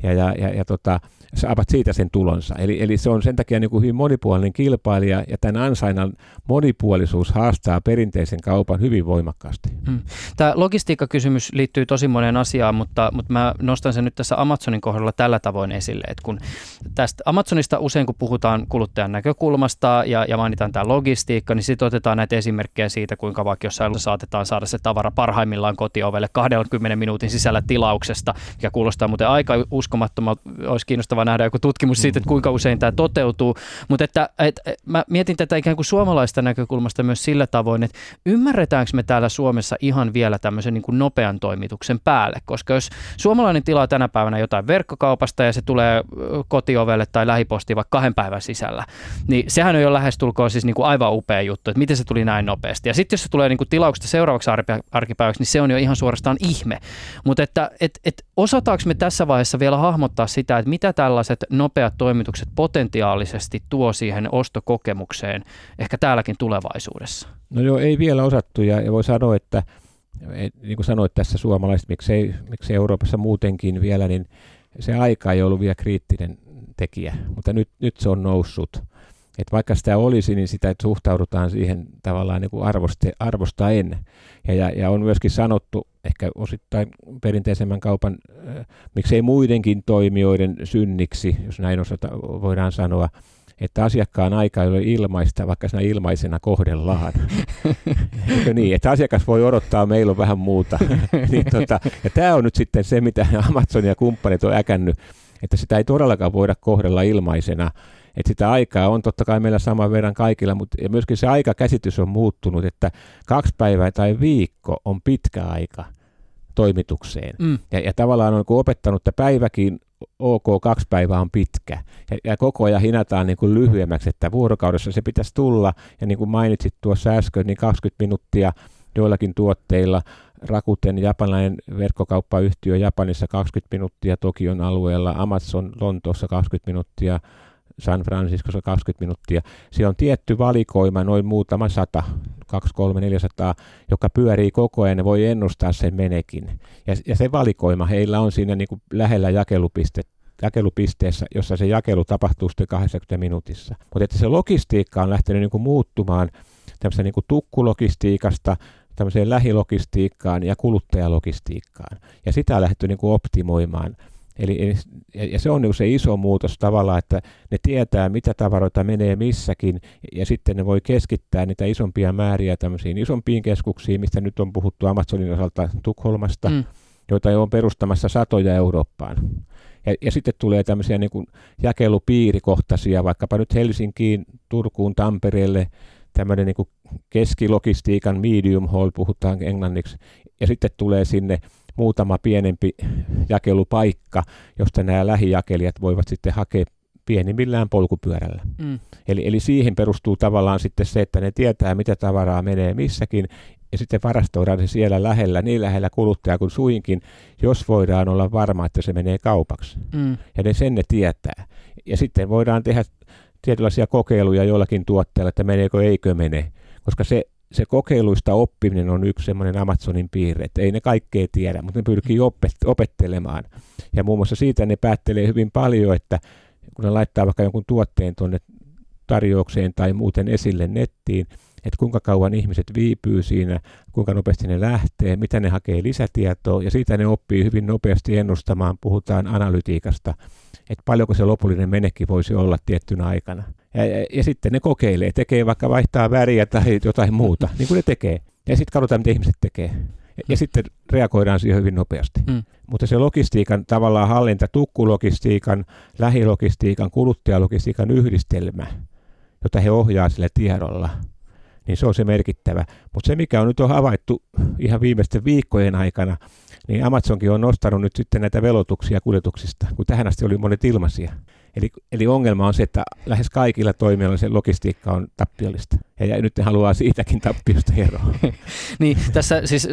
saavat siitä sen tulonsa. Eli se on sen takia niin kuin hyvin monipuolinen kilpailija, ja tämän ansainnan monipuolisuus haastaa perinteisen kaupan hyvin voimakkaasti. Tämä logistiikkakysymys liittyy tosi moneen asiaan, mutta mä nostan sen nyt tässä Amazonin kohdalla tällä tavoin esille, että kun tästä Amazonista usein kun puhutaan kuluttajan näkökulmasta ja mainitaan tämä logistiikka, niin sitten otetaan näitä esimerkkejä siitä, kuinka vaikka jossain saatetaan saada se tavara parhaimmillaan kotiovelle 20 minuutin sisällä tilauksesta, mikä kuulostaa muuten aika uskomattomalta. Olisi kiinnostavaa nähdä joku tutkimus siitä, että kuinka usein tämä toteutuu, mutta mä mietin tätä ikään kuin suomalaista näkökulmasta myös sillä tavoin, että ymmärretäänkö me täällä Suomessa ihan vielä tämmöisen niin kuin nopean toimituksen päälle, koska jos suomalainen tilaa tänä päivänä jotain verkkokaupasta ja se tulee kotiovelle tai lähipostiin vaikka 2 päivän sisällä, niin sehän on jo lähestulkoon siis niin kuin aivan upea juttu, että miten se tuli näin nopeasti. Ja sitten jos se tulee niin kuin tilauksesta seuraavaksi arkipäiväksi, niin se on jo ihan suorastaan ihme. Mutta että osataanko me tässä vaiheessa vielä hahmottaa sitä, että mitä tällaiset nopeat toimitukset potentiaalisesti tuo siihen ostokokemukseen ehkä täälläkin tulevaisuudessa? No joo, ei vielä osattu, ja voi sanoa, että niin kuin sanoit tässä suomalaiset, miksei Euroopassa muutenkin vielä, niin se aika ei ollut vielä kriittinen tekijä, mutta nyt se on noussut. Et vaikka sitä olisi, niin sitä suhtaudutaan siihen tavallaan niin kuin arvostaen. Ja on myöskin sanottu, ehkä osittain perinteisemmän kaupan, miksei muidenkin toimijoiden synniksi, jos näin voidaan sanoa, että asiakkaan aika ei ole ilmaista, vaikka siinä ilmaisena kohdellaan. Eikö niin? Että asiakas voi odottaa, meillä on vähän muuta. Ja tämä on nyt sitten se, mitä Amazon ja kumppanit on äkännyt, että sitä ei todellakaan voida kohdella ilmaisena. Että sitä aikaa on totta kai meillä saman verran kaikilla, mutta ja myöskin se aikakäsitys on muuttunut, että 2 päivää tai viikko on pitkä aika toimitukseen. Ja tavallaan on opettanut, että päiväkin 2 päivää on pitkä. Ja koko ajan hinataan niin kuin lyhyemmäksi, että vuorokaudessa se pitäisi tulla. Ja niin kuin mainitsit tuossa äsken, niin 20 minuuttia joillakin tuotteilla. Rakuten japanilainen verkkokauppayhtiö Japanissa 20 minuuttia, Tokion alueella, Amazon Lontoossa 20 minuuttia, San Franciscossa 20 minuuttia. Siellä on tietty valikoima, noin muutama 100, 200, 300, 400, joka pyörii koko ajan ja voi ennustaa sen menekin. Ja se valikoima heillä on siinä niin kuin lähellä jakelupisteessä, jossa se jakelu tapahtuu sitten 80 minuutissa. Mutta että se logistiikka on lähtenyt niin kuin muuttumaan tämmöistä niin kuin tukkulogistiikasta tämmöiseen lähilogistiikkaan ja kuluttajalogistiikkaan. Ja sitä on lähdetty niin kuin optimoimaan. Ja se on se iso muutos tavallaan, että ne tietää, mitä tavaroita menee missäkin, ja sitten ne voi keskittää niitä isompia määriä tämmöisiin isompiin keskuksiin, mistä nyt on puhuttu Amazonin osalta Tukholmasta, joita on perustamassa 100 Eurooppaan. Ja sitten tulee tämmöisiä niin kuin jakelupiirikohtaisia, vaikkapa nyt Helsinkiin, Turkuun, Tampereelle, tämmöinen niin kuin keskilogistiikan medium haul, puhutaan englanniksi, ja sitten tulee sinne muutama pienempi jakelupaikka, josta nämä lähijakelijat voivat sitten hakea pienimmillään polkupyörällä. Eli siihen perustuu tavallaan sitten se, että ne tietää, mitä tavaraa menee missäkin, ja sitten varastoidaan se siellä lähellä, niin lähellä kuluttajaa kuin suinkin, jos voidaan olla varma, että se menee kaupaksi. Ja sen ne tietää. Ja sitten voidaan tehdä tietynlaisia kokeiluja jollakin tuotteella, että meneekö eikö mene, koska se kokeiluista oppiminen on yksi semmoinen Amazonin piirre, että ei ne kaikkea tiedä, mutta ne pyrkii opettelemaan. Ja muun muassa siitä ne päättelee hyvin paljon, että kun ne laittaa vaikka jonkun tuotteen tuonne tarjoukseen tai muuten esille nettiin, että kuinka kauan ihmiset viipyy siinä, kuinka nopeasti ne lähtee, mitä ne hakee lisätietoa, ja siitä ne oppii hyvin nopeasti ennustamaan, puhutaan analytiikasta, että paljonko se lopullinen menekki voisi olla tiettynä aikana. Ja sitten ne kokeilee, tekee vaikka vaihtaa väriä tai jotain muuta, niin kuin ne tekee. Ja sitten katsotaan, mitä ihmiset tekee. Ja sitten reagoidaan siihen hyvin nopeasti. Mutta se logistiikan tavallaan hallinta, tukkulogistiikan, lähilogistiikan, kuluttajalogistiikan yhdistelmä, jota he ohjaa sillä tiedolla, niin se on se merkittävä. Mutta se, mikä on nyt havaittu ihan viimeisten viikkojen aikana, niin Amazonkin on nostanut nyt sitten näitä velotuksia kuljetuksista, kun tähän asti oli monet ilmaisia. Eli ongelma on se, että lähes kaikilla toimijoilla se logistiikka on tappiollista. Ja nyt ne haluaa siitäkin tappiosta eroon. Niin, tässä siis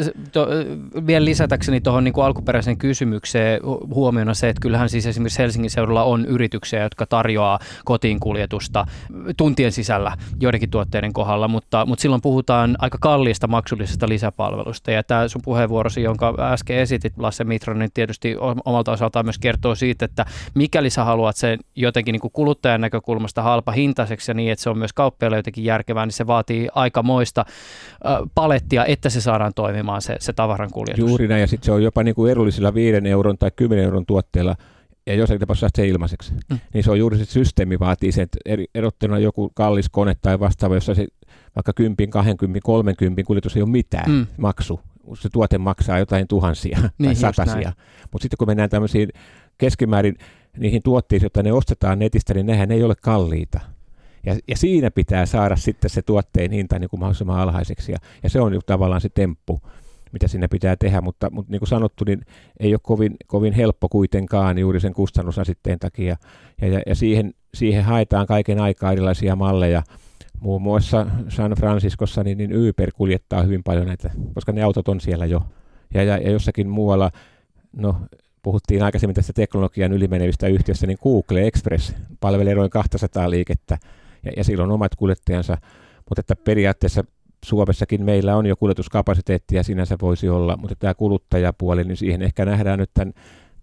vielä lisätäkseni tuohon niin kuin alkuperäiseen kysymykseen huomiona se, että kyllähän siis esimerkiksi Helsingin seudulla on yrityksiä, jotka tarjoaa kotiinkuljetusta tuntien sisällä joidenkin tuotteiden kohdalla, mutta silloin puhutaan aika kalliista maksullisesta lisäpalvelusta. Ja tämä sun puheenvuorosi, jonka äsken esitit, Lasse Mitronen, tietysti omalta osaltaan myös kertoo siitä, että mikäli sä haluat sen jotenkin niin kuin kuluttajan näkökulmasta halpahintaiseksi ja niin, että se on myös kauppiaille jotenkin järkevää, niin se vaatii aikamoista palettia, että se saadaan toimimaan se tavaran kuljetus. Juuri näin, ja sitten se on jopa niin kuin edullisilla 5 euron tai 10 euron tuotteella, ja jossakin tapauksessa se ilmaiseksi. Niin se on juuri se systeemi vaatii sen, että erotteluna joku kallis kone tai vastaava, jossa se vaikka 10, 20, 30 kuljetus ei ole mitään maksu. Se tuote maksaa jotain tuhansia tai satasia. Mutta sitten kun mennään tämmöisiin keskimäärin niihin tuotteisiin, joita ne ostetaan netistä, niin nehän ei ole kalliita. Ja siinä pitää saada sitten se tuotteen hinta niin kuin mahdollisimman alhaiseksi. Ja se on jo tavallaan se temppu, mitä siinä pitää tehdä. Mutta niin kuin sanottu, niin ei ole kovin helppo kuitenkaan juuri sen kustannusasitteen takia. Ja siihen haetaan kaiken aikaa erilaisia malleja. Muun muassa San Franciscossa niin Uber kuljettaa hyvin paljon näitä, koska ne autot on siellä jo. Ja jossakin muualla, no puhuttiin aikaisemmin tästä teknologian ylimenevistä yhtiöstä, niin Google Express palvelee noin 200 liikettä. Ja sillä on omat kuljettajansa, mutta että periaatteessa Suomessakin meillä on jo kuljetuskapasiteettia, sinänsä voisi olla, mutta tämä kuluttajapuoli, niin siihen ehkä nähdään nyt tämän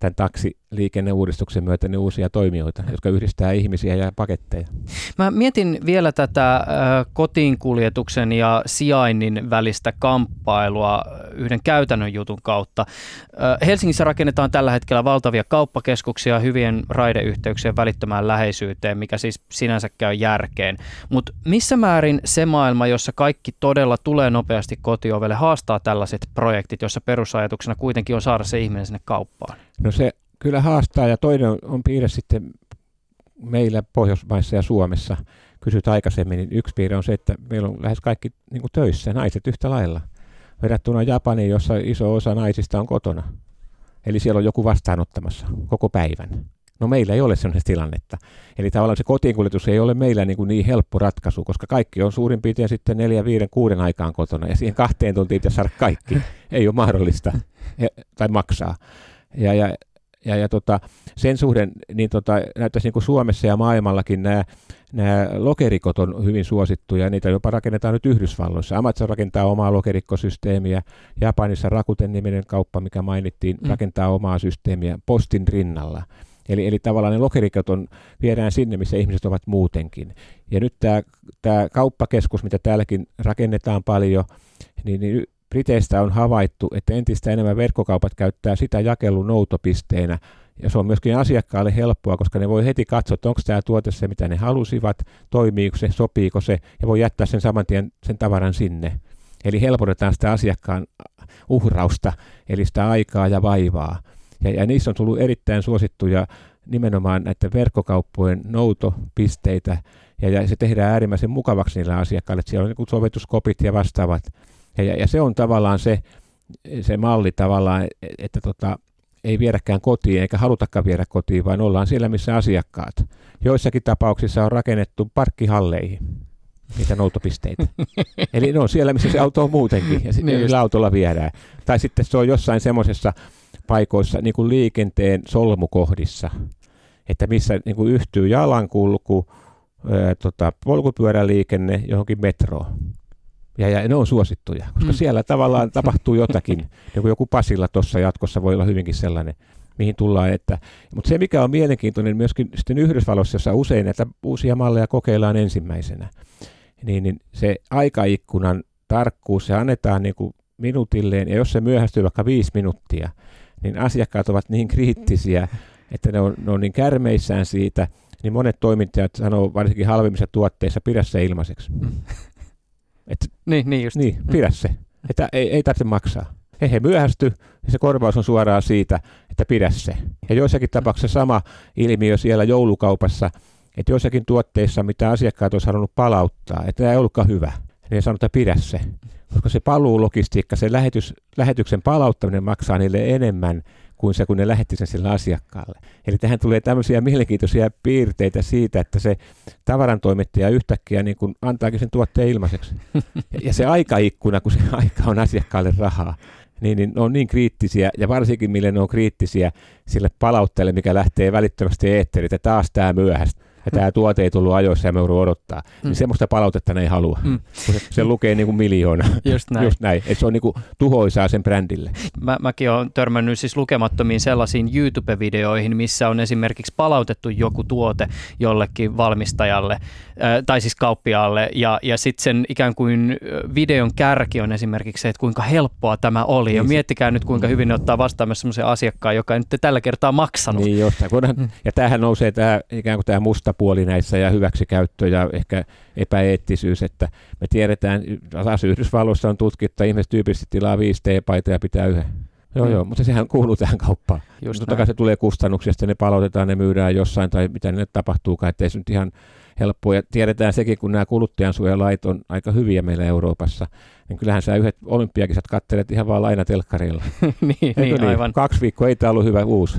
taksiliikenneuudistuksen myötä ne uusia toimijoita, jotka yhdistää ihmisiä ja paketteja. Mä mietin vielä tätä kotiinkuljetuksen ja sijainnin välistä kamppailua yhden käytännön jutun kautta. Helsingissä rakennetaan tällä hetkellä valtavia kauppakeskuksia hyvien raideyhteyksien välittömään läheisyyteen, mikä siis sinänsä käy järkeen. Mutta missä määrin se maailma, jossa kaikki todella tulee nopeasti kotiovelle, haastaa tällaiset projektit, jossa perusajatuksena kuitenkin on saada se ihminen sinne kauppaan? No se kyllä haastaa, ja toinen on piirre sitten meillä Pohjoismaissa ja Suomessa, kysyt aikaisemmin, niin yksi piirre on se, että meillä on lähes kaikki niin kuin töissä, naiset yhtä lailla, verrattuna Japaniin, jossa iso osa naisista on kotona. Eli siellä on joku vastaanottamassa koko päivän. No meillä ei ole sellaista tilannetta. Eli tavallaan se kotiinkuljetus ei ole meillä niin helppo ratkaisu, koska kaikki on suurin piirtein sitten 4, 5, 6 aikaan kotona, ja siihen 2 tuntiin pitäisi saada kaikki. Ei ole mahdollista tai maksaa. Ja sen suhden niin näyttäisi niin kuin Suomessa ja maailmallakin nämä lokerikot on hyvin suosittuja, niitä jopa rakennetaan nyt Yhdysvalloissa. Amazon rakentaa omaa lokerikkosysteemiä, Japanissa Rakuten-niminen kauppa, mikä mainittiin, rakentaa omaa systeemiä postin rinnalla. Eli tavallaan ne lokerikot viedään sinne, missä ihmiset ovat muutenkin. Ja nyt tämä kauppakeskus, mitä täälläkin rakennetaan paljon, niin Briteistä on havaittu, että entistä enemmän verkkokaupat käyttää sitä jakelun noutopisteenä, ja se on myöskin asiakkaalle helppoa, koska ne voi heti katsoa, että onko tämä tuote se, mitä ne halusivat, toimiiko se, sopiiko se, ja voi jättää sen saman tien sen tavaran sinne. Eli helpotetaan sitä asiakkaan uhrausta, eli sitä aikaa ja vaivaa. Ja niissä on tullut erittäin suosittuja nimenomaan näiden verkkokauppojen noutopisteitä, ja se tehdään äärimmäisen mukavaksi niillä asiakkaille, että siellä on niin sovituskopit ja vastaavat. Ja se on tavallaan se malli tavallaan, että ei viedäkään kotiin eikä halutakaan viedä kotiin, vaan ollaan siellä, missä asiakkaat. Joissakin tapauksissa on rakennettu parkkihalleihin niitä noutopisteitä. Eli ne on siellä, missä se auto on muutenkin, ja sitten niillä autolla viedään. Tai sitten se on jossain semmoisessa paikoissa niin kuin liikenteen solmukohdissa, että missä niin kuin yhtyy jalankulku, polkupyöräliikenne johonkin metroon. Ja ne on suosittuja, koska siellä tavallaan tapahtuu jotakin. Joku Pasilla tuossa jatkossa voi olla hyvinkin sellainen, mihin tullaan. Mutta se, mikä on mielenkiintoinen myöskin sitten Yhdysvalloissa, jossa usein näitä uusia malleja kokeillaan ensimmäisenä, niin se aikaikkunan tarkkuus, se annetaan niin kuin minuutilleen, ja jos se myöhästyy vaikka 5 minuuttia, niin asiakkaat ovat niin kriittisiä, että ne on niin kärmeissään siitä, niin monet toimittajat sanoo varsinkin halvimmissa tuotteissa, pidä se ilmaiseksi. Niin, pidä se. Että ei tarvitse maksaa. He myöhästy, ja se korvaus on suoraan siitä, että pidä se. Ja joissakin tapauksissa sama ilmiö siellä joulukaupassa, että joissakin tuotteissa, mitä asiakkaat olisi halunnut palauttaa, että tämä ei ollutkaan hyvä, niin sanotaan, että pidä se. Koska se paluulogistiikka, se lähetyksen palauttaminen maksaa niille enemmän kuin se, kun ne lähetti sen sille asiakkaalle. Eli tähän tulee tämmöisiä mielenkiintoisia piirteitä siitä, että se tavarantoimittaja yhtäkkiä niin kuin antaakin sen tuotteen ilmaiseksi. Ja se aikaikkuna, kun se aika on asiakkaalle rahaa, niin ne on niin kriittisiä, ja varsinkin mille ne on kriittisiä sille palautteelle, mikä lähtee välittömästi eetteriin, että taas tämä myöhäistä. Ja tämä tuote ei tullut ajoissa ja me joudun odottaa. Niin semmoista palautetta ne ei halua. Se lukee niin kuin miljoona. Just näin. Just näin. Et se on niin kuin tuhoisaa sen brändille. Mäkin olen törmännyt siis lukemattomiin sellaisiin YouTube-videoihin, missä on esimerkiksi palautettu joku tuote jollekin valmistajalle tai siis kauppiaalle. Ja sitten sen ikään kuin videon kärki on esimerkiksi se, että kuinka helppoa tämä oli. Niin, ja miettikää nyt, kuinka hyvin ne ottaa vastaan myös semmoisen asiakkaan, joka ei nyt tällä kertaa maksanut. Niin jostain. Ja tämähän nousee ikään kuin tämä musta puoli näissä ja hyväksikäyttö ja ehkä epäeettisyys, että me tiedetään, taas Yhdysvalloissa on tutkittu, että ihmiset tyypillisesti tilaa 5 teepaitoja ja pitää yhden. Joo, mutta sehän kuuluu tähän kauppaan. Totta kai se tulee kustannuksia, sitten ne palautetaan, ne myydään jossain tai mitä ne tapahtuukaan, ettei se nyt ihan helppoa. Ja tiedetään sekin, kun nämä kuluttajansuojalait on aika hyviä meillä Euroopassa, niin kyllähän sä yhdet olympiakisat katselet ihan vaan lainatelkkarilla. niin, aivan. 2 viikkoa ei tämä ollut hyvä uusi.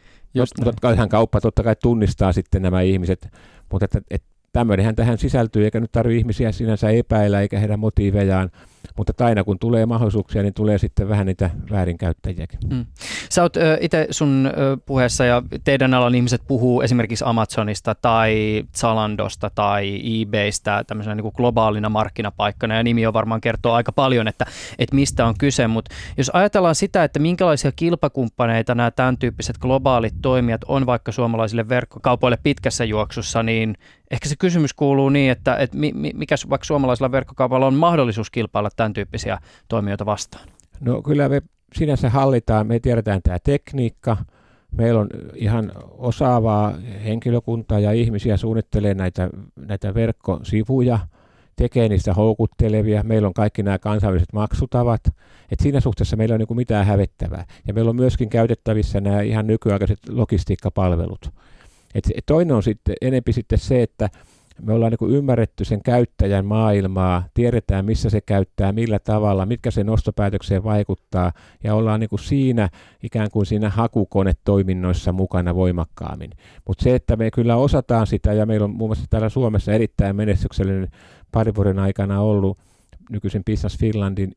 Mutta ihan kauppa totta kai tunnistaa sitten nämä ihmiset, mutta tämmöinenhän tähän sisältyy, eikä nyt tarvitse ihmisiä sinänsä epäillä eikä heidän motiivejaan, mutta aina kun tulee mahdollisuuksia, niin tulee sitten vähän niitä väärinkäyttäjiäkin. Sä oot itse sun puheessa ja teidän alan ihmiset puhuu esimerkiksi Amazonista tai Zalandosta tai eBaystä tämmöisenä niin kuin globaalina markkinapaikkana, ja nimi on varmaan kertoo aika paljon, että mistä on kyse, mutta jos ajatellaan sitä, että minkälaisia kilpakumppaneita nämä tämän tyyppiset globaalit toimijat on vaikka suomalaisille verkkokaupoille pitkässä juoksussa, niin ehkä se kysymys kuuluu niin, että mikä vaikka suomalaisilla verkkokaupalla on mahdollisuus kilpailla tämän tyyppisiä toimijoita vastaan? No kyllä me sinänsä hallitaan, me tiedetään tämä tekniikka, meillä on ihan osaavaa henkilökuntaa ja ihmisiä suunnittelee näitä verkkosivuja, tekee niistä houkuttelevia, meillä on kaikki nämä kansainväliset maksutavat, että siinä suhteessa meillä on niin kuin mitään hävettävää. Ja meillä on myöskin käytettävissä nämä ihan nykyaikaiset logistiikkapalvelut. Toinen on sitten enempi sitten se, että me ollaan niin kuin ymmärretty sen käyttäjän maailmaa, tiedetään missä se käyttää, millä tavalla, mitkä sen ostopäätökseen vaikuttaa, ja ollaan niin kuin siinä ikään kuin siinä hakukonetoiminnoissa mukana voimakkaammin. Mutta se, että me kyllä osataan sitä, ja meillä on muun muassa täällä Suomessa erittäin menestyksellinen parin vuoden aikana ollut nykyisen Business Finlandin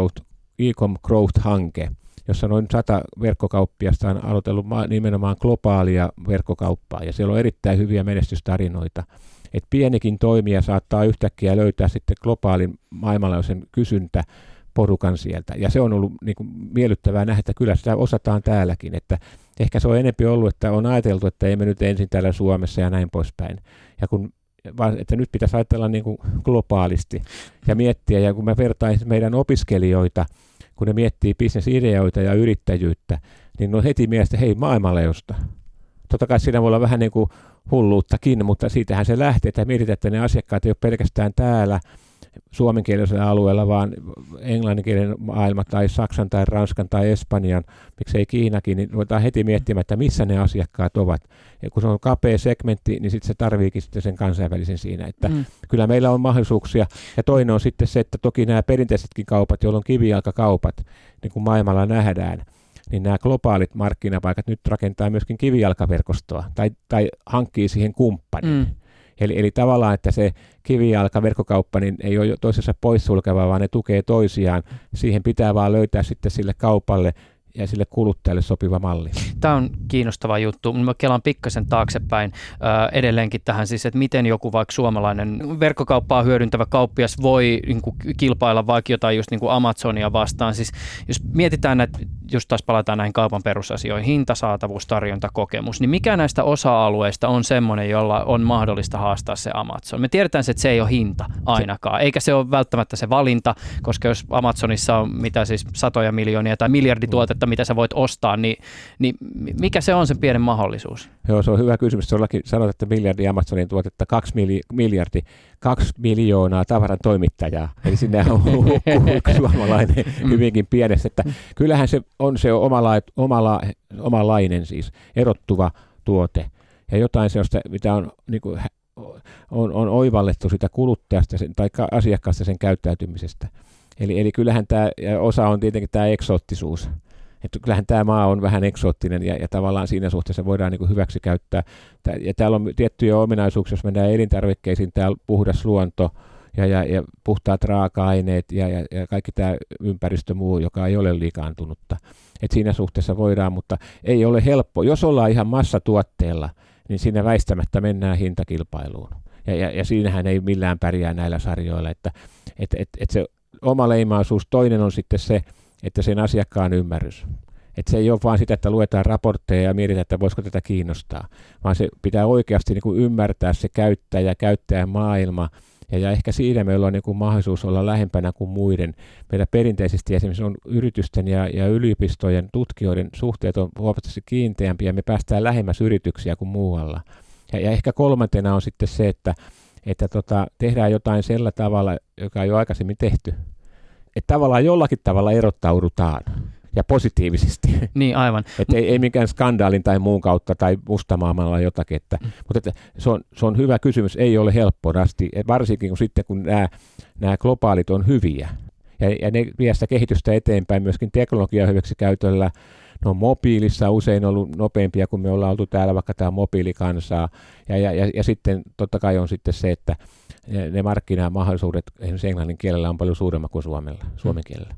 e-com Growth-hanke, jossa noin 100 verkkokauppiasta on aloitellut nimenomaan globaalia verkkokauppaa, ja siellä on erittäin hyviä menestystarinoita. Et pienikin toimija saattaa yhtäkkiä löytää sitten globaalin maailmanlaajuisen kysyntäporukan sieltä, ja se on ollut niin kuin miellyttävää nähdä, että kyllä sitä osataan täälläkin, että ehkä se on enemmän ollut, että on ajateltu, että emme nyt ensin täällä Suomessa ja näin poispäin, ja että nyt pitäisi ajatella niin kuin globaalisti ja miettiä, ja kun mä vertaisin meidän opiskelijoita, kun ne miettii bisnesideoita ja yrittäjyyttä, niin on heti mielestä, hei, maailmanlaajuista. Totta kai siinä voi olla vähän niin kuin hulluuttakin, mutta siitähän se lähtee, että mietitään, että ne asiakkaat ei ole pelkästään täällä suomenkielisellä alueella, vaan englanninkielinen maailma tai Saksan tai Ranskan tai Espanjan, miksei Kiinakin, niin ruvetaan heti miettimään, että missä ne asiakkaat ovat. Ja kun se on kapea segmentti, niin sitten se tarviikin sitten sen kansainvälisen siinä, että kyllä meillä on mahdollisuuksia. Ja toinen on sitten se, että toki nämä perinteisetkin kaupat, joilla on kivijalkakaupat, niin kuin maailmalla nähdään, niin nämä globaalit markkinapaikat nyt rakentaa myöskin kivijalkaverkostoa tai hankkii siihen kumppanin. Eli tavallaan, että se kivijalkaverkkokauppa niin ei ole toisessa poissulkeva, vaan ne tukee toisiaan. Siihen pitää vaan löytää sitten sille kaupalle ja sille kuluttajalle sopiva malli. Tämä on kiinnostava juttu. Mä kelaan pikkasen taaksepäin edelleenkin tähän siis, että miten joku vaikka suomalainen verkkokauppaa hyödyntävä kauppias voi niin kuin kilpailla vaikka jotain just niin kuin Amazonia vastaan. Siis jos mietitään, että just taas palataan näihin kaupan perusasioihin, hinta, saatavuus, tarjonta, kokemus, niin mikä näistä osa-alueista on semmoinen, jolla on mahdollista haastaa se Amazon? Me tiedetään, että se ei ole hinta ainakaan, eikä se ole välttämättä se valinta, koska jos Amazonissa on mitä siis satoja miljoonia tai miljardituotetta, mitä sä voit ostaa, niin mikä se on sen pienen mahdollisuus? Joo, se on hyvä kysymys. Tuollakin sanotaan, että miljardi Amazonin tuotetta, 2 miljoonaa tavaran toimittajaa. Eli sinne on yksi suomalainen hyvinkin pienessä. Että kyllähän se on se omalainen siis, erottuva tuote. Ja jotain sellaista, mitä on, niin kuin, on oivallettu sitä kuluttajasta tai asiakkaasta sen käyttäytymisestä. Eli kyllähän tämä osa on tietenkin tämä eksoottisuus. Että kyllähän tämä maa on vähän eksoottinen ja tavallaan siinä suhteessa voidaan niin kuin hyväksi käyttää. Ja täällä on tiettyjä ominaisuuksia, jos mennään elintarvikkeisiin, täällä puhdas luonto ja puhtaat raaka-aineet ja kaikki tämä ympäristö muu, joka ei ole liikaantunutta. Et siinä suhteessa voidaan, mutta ei ole helppo. Jos ollaan ihan massatuotteella, niin siinä väistämättä mennään hintakilpailuun. Ja siinähän ei millään pärjää näillä sarjoilla. Että se oma leimaisuus, toinen on sitten se, että sen asiakkaan ymmärrys. Että se ei ole vaan sitä, että luetaan raportteja ja mietitään, että voisiko tätä kiinnostaa, vaan se pitää oikeasti niin kuin ymmärtää se käyttäjän maailma. Ja ehkä siinä meillä on niin kuin mahdollisuus olla lähempänä kuin muiden. Meillä perinteisesti esimerkiksi on yritysten ja yliopistojen tutkijoiden suhteet on huomattavasti kiinteämpiä ja me päästään lähemmäs yrityksiä kuin muualla. Ja ehkä kolmantena on sitten se, että tehdään jotain sillä tavalla, joka ei ole aikaisemmin tehty. Että tavallaan jollakin tavalla erottaudutaan ja positiivisesti. Niin, aivan. Että ei mikään skandaalin tai muun kautta tai mustamaamalla jotakin. Mutta että se on hyvä kysymys, ei ole helppo rasti, varsinkin kun nämä globaalit on hyviä. Ja ne vie sitä kehitystä eteenpäin myöskin teknologian hyväksi käytöllä. Ne on mobiilissa usein ollut nopeampia kuin me ollaan oltu täällä, vaikka tämä mobiilikansaa. Ja sitten totta kai on sitten se, että ne markkinamahdollisuudet esimerkiksi englannin kielellä on paljon suuremmat kuin suomen kielellä.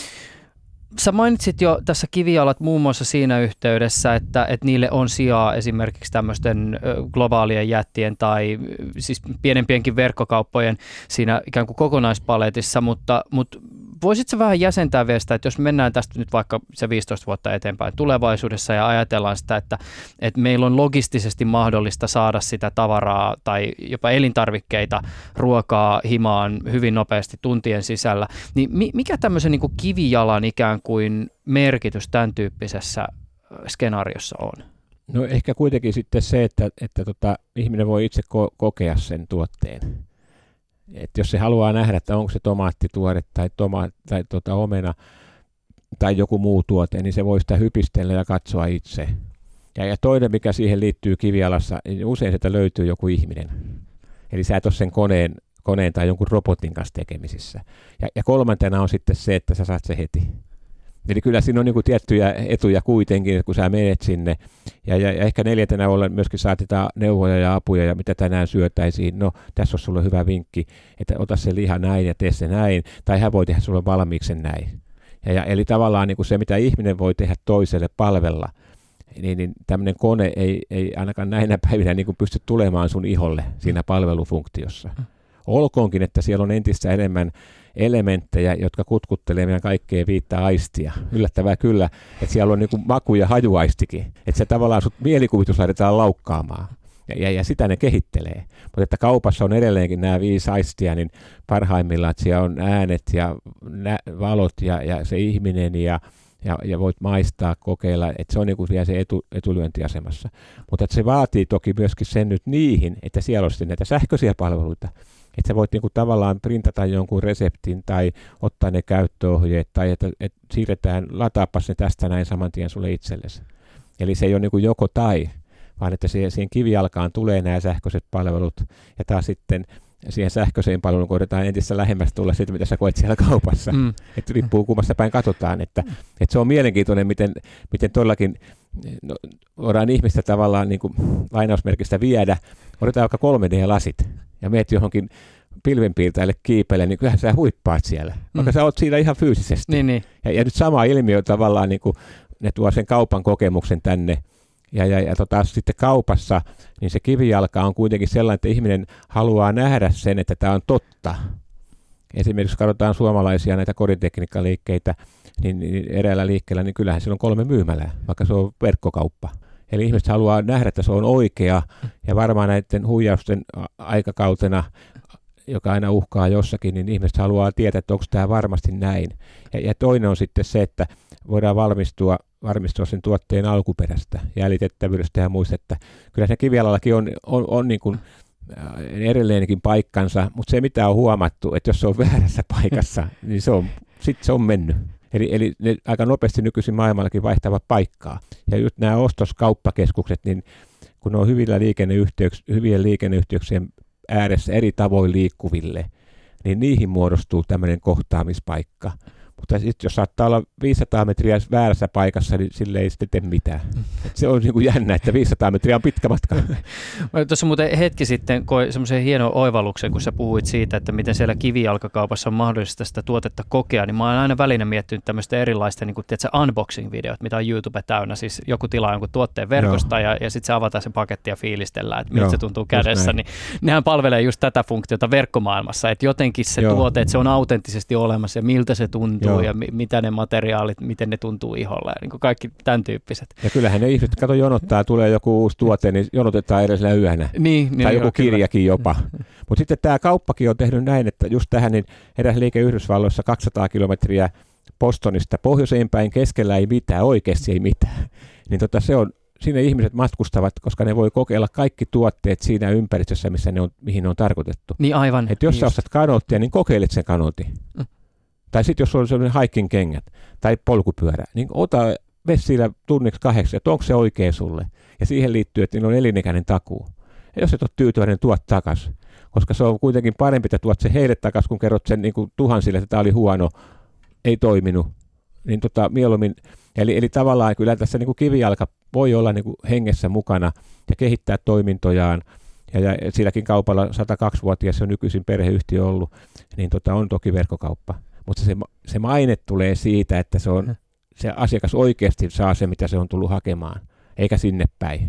Sä mainitsit jo tässä kivijalat muun muassa siinä yhteydessä, että niille on sijaa esimerkiksi tämmöisten globaalien jättien tai siis pienempienkin verkkokauppojen siinä ikään kuin kokonaispaletissa, mutta voisitko vähän jäsentää vielä sitä, että jos mennään tästä nyt vaikka se 15 vuotta eteenpäin tulevaisuudessa ja ajatellaan sitä, että meillä on logistisesti mahdollista saada sitä tavaraa tai jopa elintarvikkeita, ruokaa himaan hyvin nopeasti tuntien sisällä, niin mikä tämmöisen niin kuin kivijalan ikään kuin merkitys tämän tyyppisessä skenaariossa on? No ehkä kuitenkin sitten se, että ihminen voi itse kokea sen tuotteen. Että jos se haluaa nähdä, että onko se tomaattituore tai omena tai joku muu tuote, niin se voi sitä hypistellä ja katsoa itse. Ja toinen, mikä siihen liittyy kivijalassa, niin usein sieltä löytyy joku ihminen. Eli sä et ole sen koneen tai jonkun robotin kanssa tekemisissä. Ja kolmantena on sitten se, että sä saat se heti. Eli kyllä siinä on niin kuin tiettyjä etuja kuitenkin, kun sä menet sinne. Ja ehkä neljäntenä ollen myöskin saatetaan neuvoja ja apuja ja mitä tänään syötäisiin. No, tässä on sulle hyvä vinkki, että ota se liha näin ja tee se näin. Tai hän voi tehdä sulle valmiiksi sen näin. Eli tavallaan niin kuin se, mitä ihminen voi tehdä toiselle palvella, niin tämmöinen kone ei ainakaan näinä päivinä niin kuin pysty tulemaan sun iholle siinä palvelufunktiossa. Olkoonkin, että siellä on entistä enemmän elementtejä, jotka kutkuttelee meidän kaikkea viittä aistia. Yllättävää kyllä, että siellä on niin kuin maku- ja hajuaistikin. Että se tavallaan sut mielikuvitus laitetaan laukkaamaan. Ja sitä ne kehittelee. Mutta että kaupassa on edelleenkin nämä 5 aistia, niin parhaimmillaan, että siellä on äänet ja valot ja se ihminen ja voit maistaa, kokeilla, että se on niin kuin vielä se etulyöntiasemassa. Mutta että se vaatii toki myöskin sen nyt niihin, että siellä on sitten näitä sähköisiä palveluita. Että sä voit niinku tavallaan printata jonkun reseptin tai ottaa ne käyttöohjeet tai että siirretään, lataapas ne tästä näin saman tien sulle itsellesi. Eli se ei ole niinku joko tai, vaan että siihen kivijalkaan tulee nämä sähköiset palvelut ja taas sitten siihen sähköiseen palveluun koetetaan entistä lähemmäs tulla siitä, mitä sä koet siellä kaupassa. Että riippuu kummasta päin katsotaan. Että se on mielenkiintoinen, miten todellakin voidaan ihmistä tavallaan niin kuin lainausmerkistä viedä. Otetaan vaikka 3D-lasit ja meet johonkin pilvenpiirtäjälle kiipeille, niin kyllähän sä huippaat siellä, vaikka sä oot siinä ihan fyysisesti. Niin. Ja nyt sama ilmiö tavallaan, niin kuin ne tuo sen kaupan kokemuksen tänne. Ja sitten kaupassa, niin se kivijalka on kuitenkin sellainen, että ihminen haluaa nähdä sen, että tämä on totta. Esimerkiksi katsotaan suomalaisia näitä kodintekniikkaliikkeitä, niin eräällä liikkeellä, niin kyllähän siellä on 3 myymälää, vaikka se on verkkokauppa. Eli ihmiset haluaa nähdä, että se on oikea, ja varmaan näiden huijausten aikakautena, joka aina uhkaa jossakin, niin ihmiset haluaa tietää, että onko tämä varmasti näin. Ja toinen on sitten se, että voidaan varmistua sen tuotteen alkuperästä, jäljitettävyydestä ja muista, että kyllä se kivijalallakin on niin kuin edelleenkin paikkansa, mutta se mitä on huomattu, että jos se on väärässä paikassa, niin se on mennyt. Eli ne aika nopeasti nykyisin maailmallakin vaihtavat paikkaa. Ja just nämä ostoskauppakeskukset, niin kun ne on hyvien liikenneyhteyksien ääressä eri tavoin liikkuville, niin niihin muodostuu tämmöinen kohtaamispaikka. Mutta sitten jos saattaa olla 500 metriä väärässä paikassa, niin sille ei sitten tee mitään. Et se on niin kuin jännä, että 500 metriä on pitkä matka. Tuossa muuten hetki sitten koin semmoisen hienon oivalluksen, kun sä puhuit siitä, että miten siellä kivijalkakaupassa on mahdollista sitä tuotetta kokea, niin mä oon aina välinä miettinyt tämmöistä erilaista niin kuin, tiedätkö, unboxing-videot, mitä on YouTube täynnä. Siis joku tilaa jonkun tuotteen verkosta ja sitten se avataan se paketti ja fiilistellään, että miltä se tuntuu kädessä. Niin nehän palvelee just tätä funktiota verkkomaailmassa, että jotenkin se tuote, että se on autenttisesti olemassa ja miltä se tuntuu ja mitä ne materiaalit, miten ne tuntuu iholla ja niin kuin kaikki tämän tyyppiset. Ja kyllähän ne ihmiset, kato jonottaa, tulee joku uusi tuote, niin jonotetaan edellisellä yönä. Tai joku kirjakin jopa. Mutta sitten tämä kauppakin on tehnyt näin, että just tähän niin eräs liike Yhdysvalloissa 200 kilometriä Bostonista pohjoiseen päin keskellä ei mitään, oikeasti ei mitään. Niin se on, sinne ihmiset matkustavat, koska ne voi kokeilla kaikki tuotteet siinä ympäristössä, mihin ne on tarkoitettu. Niin aivan. Että jos sä ostat kanoottia, niin kokeilet sen kanootin. Tai sitten jos on sellainen hiking kengät tai polkupyörä, niin ves siinä tunniksi 8, että onko se oikea sulle. Ja siihen liittyy, että niillä on elinikäinen takuu. Ja jos et ole tyytyväinen, tuot takaisin. Koska se on kuitenkin parempi, että tuot se heille takaisin, kun kerrot sen niin kuin tuhansille, että tämä oli huono, ei toiminut. Niin mieluummin, eli tavallaan kyllä tässä niin kuin kivijalka voi olla niin kuin hengessä mukana ja kehittää toimintojaan. Ja silläkin kaupalla 102-vuotias on nykyisin perheyhtiö ollut, niin on toki verkkokauppa. Mutta se maine tulee siitä, että se asiakas oikeasti saa se, mitä se on tullut hakemaan, eikä sinne päin.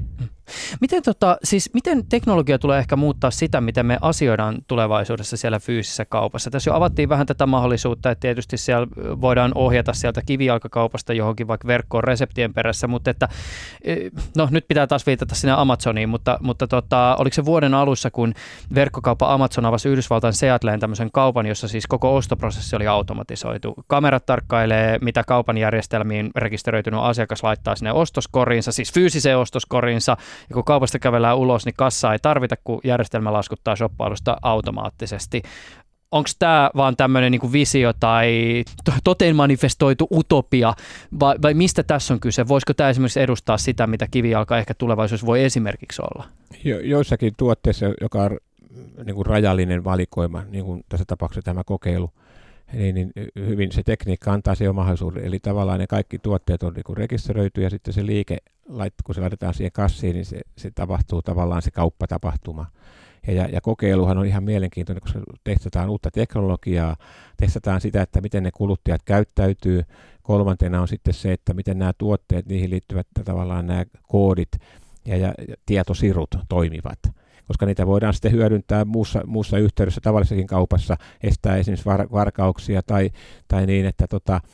Miten teknologia tulee ehkä muuttaa sitä, miten me asioidaan tulevaisuudessa siellä fyysisessä kaupassa? Tässä jo avattiin vähän tätä mahdollisuutta, että tietysti siellä voidaan ohjata sieltä kivijalkakaupasta johonkin vaikka verkkoon reseptien perässä, mutta että, no nyt pitää taas viitata sinne Amazoniin, mutta oliko se vuoden alussa, kun verkkokauppa Amazon avasi Yhdysvaltain Seattleen tämmöisen kaupan, jossa siis koko ostoprosessi oli automatisoitu. Kamerat tarkkailee, mitä kaupan järjestelmiin rekisteröitynyt asiakas laittaa sinne ostoskoriinsa, siis fyysiseen ostoskoriinsa, ja kun kaupasta kävellään ulos, niin kassaa ei tarvita, kun järjestelmä laskuttaa shoppailusta automaattisesti. Onko tämä vaan tämmöinen niinku visio tai toteen manifestoitu utopia, vai mistä tässä on kyse? Voisiko tämä esimerkiksi edustaa sitä, mitä kivijalka ehkä tulevaisuudessa voi esimerkiksi olla? Joissakin tuotteissa, joka on niin kuin rajallinen valikoima, niin kuin tässä tapauksessa tämä kokeilu, niin hyvin se tekniikka antaa se jo mahdollisuuden. Eli tavallaan ne kaikki tuotteet on niin kuin rekisteröity ja sitten se liike, kun se laitetaan siihen kassiin, niin se tapahtuu tavallaan se kauppatapahtuma. Ja kokeiluhan on ihan mielenkiintoinen, koska testataan uutta teknologiaa, testataan sitä, että miten ne kuluttajat käyttäytyy. Kolmantena on sitten se, että miten nämä tuotteet, niihin liittyvät tavallaan nämä koodit ja tietosirut toimivat. Koska niitä voidaan sitten hyödyntää muussa yhteydessä tavallisessakin kaupassa, estää esimerkiksi varkauksia tai niin, että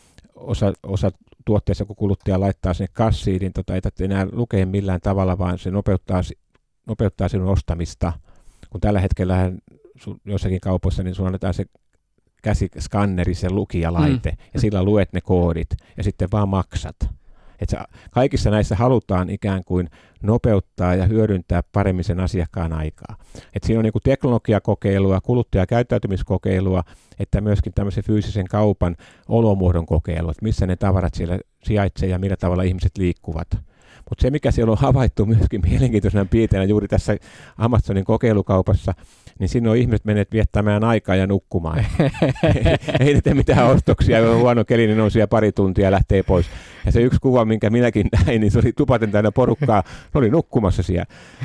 osa tuotteissa, kun kuluttaja laittaa sinne kassiin, niin ei tarvitse enää lukea millään tavalla, vaan se nopeuttaa sinun ostamista. Kun tällä hetkellä jossakin kaupoissa, niin sun annetaan se käsiskanneri, se lukijalaite, ja sillä luet ne koodit, ja sitten vaan maksat. Kaikissa näissä halutaan ikään kuin nopeuttaa ja hyödyntää paremmin sen asiakkaan aikaa. Siinä on niin kuin teknologiakokeilua, kuluttajakäyttäytymiskokeilua, että myöskin tämmöisen fyysisen kaupan olomuodon kokeilua, että missä ne tavarat siellä sijaitsee ja millä tavalla ihmiset liikkuvat. Mutta se, mikä siellä on havaittu myöskin mielenkiintoisena piirteenä juuri tässä Amazonin kokeilukaupassa, niin sinne on ihmiset menneet viettämään aikaa ja nukkumaan. Ei ne tee mitään ostoksia, jos on huono keli, niin on siellä pari tuntia ja lähtee pois. Ja se yksi kuva, minkä minäkin näin, niin se oli tupaten täynnä porukkaa, ne oli nukkumassa siellä.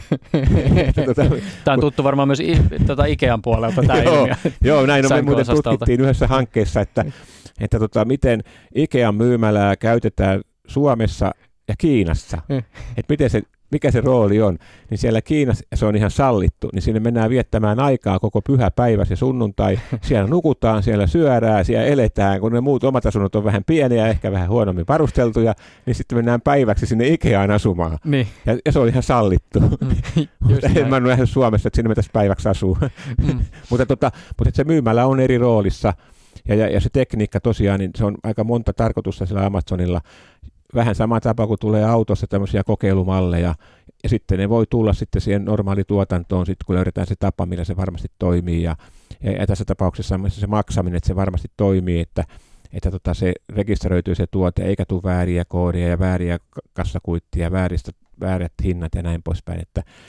Tämä on tuttu varmaan myös Ikean puolelta tämä ilmiö. Joo, näin me muuten tutkittiin yhdessä hankkeessa, että miten Ikean myymälää käytetään Suomessa ja Kiinassa, että mikä se rooli on, niin siellä Kiinassa se on ihan sallittu, niin sinne mennään viettämään aikaa koko pyhäpäivä ja sunnuntai, siellä nukutaan, siellä syödään, siellä eletään, kun ne muut omat asunnot on vähän pieniä, ehkä vähän huonommin varusteltuja, niin sitten mennään päiväksi sinne Ikeaan asumaan, niin. ja se on ihan sallittu. Mä en nähnyt Suomessa, että sinne me tässä päiväksi asuu, mutta se myymälä on eri roolissa, ja se tekniikka tosiaan, niin se on aika monta tarkoitusta sillä Amazonilla. Vähän sama tapa, kun tulee autossa tämmöisiä kokeilumalleja, ja sitten ne voi tulla sitten siihen normaalituotantoon, sitten kun löydetään se tapa, millä se varmasti toimii, ja tässä tapauksessa se maksaminen, että se varmasti toimii, että se rekisteröityy se tuote, eikä tule vääriä koodia ja vääriä kassakuittia, väärät hinnat ja näin poispäin,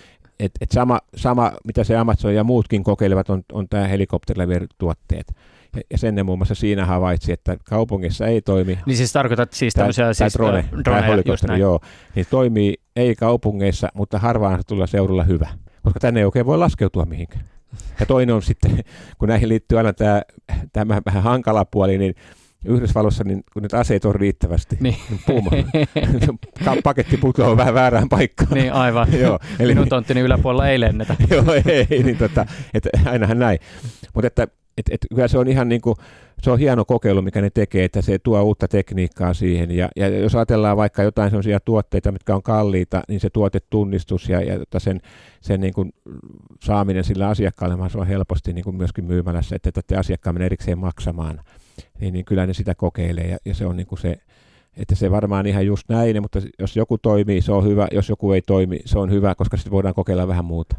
sama, mitä se Amazon ja muutkin kokeilevat, on tämä helikopterilevytuotteet. Ja sen ne muun muassa siinä havaitsi, että kaupungissa ei toimi. Niin siis tarkoitat siis tämmöisiä droneja, just näin. Joo, niin toimii ei kaupungeissa, mutta harvaan tulla seudulla hyvä, koska tänne ei oikein voi laskeutua mihinkään. Ja toinen on sitten, kun näihin liittyy aina tämä vähän hankala puoli, niin Yhdysvalloissa, niin kun niitä aseita on riittävästi, niin pum, paketti putoaa vähän väärään paikkaan. Niin aivan. Joo, eli minun tonttini yläpuolella ei lennetä. Joo, ei, niin että ainahan näin. Mutta että kyllä se on ihan niin kuin, se on hieno kokeilu, mikä ne tekee, että se tuo uutta tekniikkaa siihen. Ja jos ajatellaan vaikka jotain sellaisia tuotteita, mitkä on kalliita, niin se tuotetunnistus ja sen niin kuin saaminen sillä asiakkaalle se on helposti niin kuin myöskin myymälässä, että asiakkaan menee erikseen maksamaan. Niin kyllä ne sitä kokeilee ja se on niin kuin se, että se varmaan ihan just näin, mutta jos joku toimii, se on hyvä, jos joku ei toimi, se on hyvä, koska sitten voidaan kokeilla vähän muuta.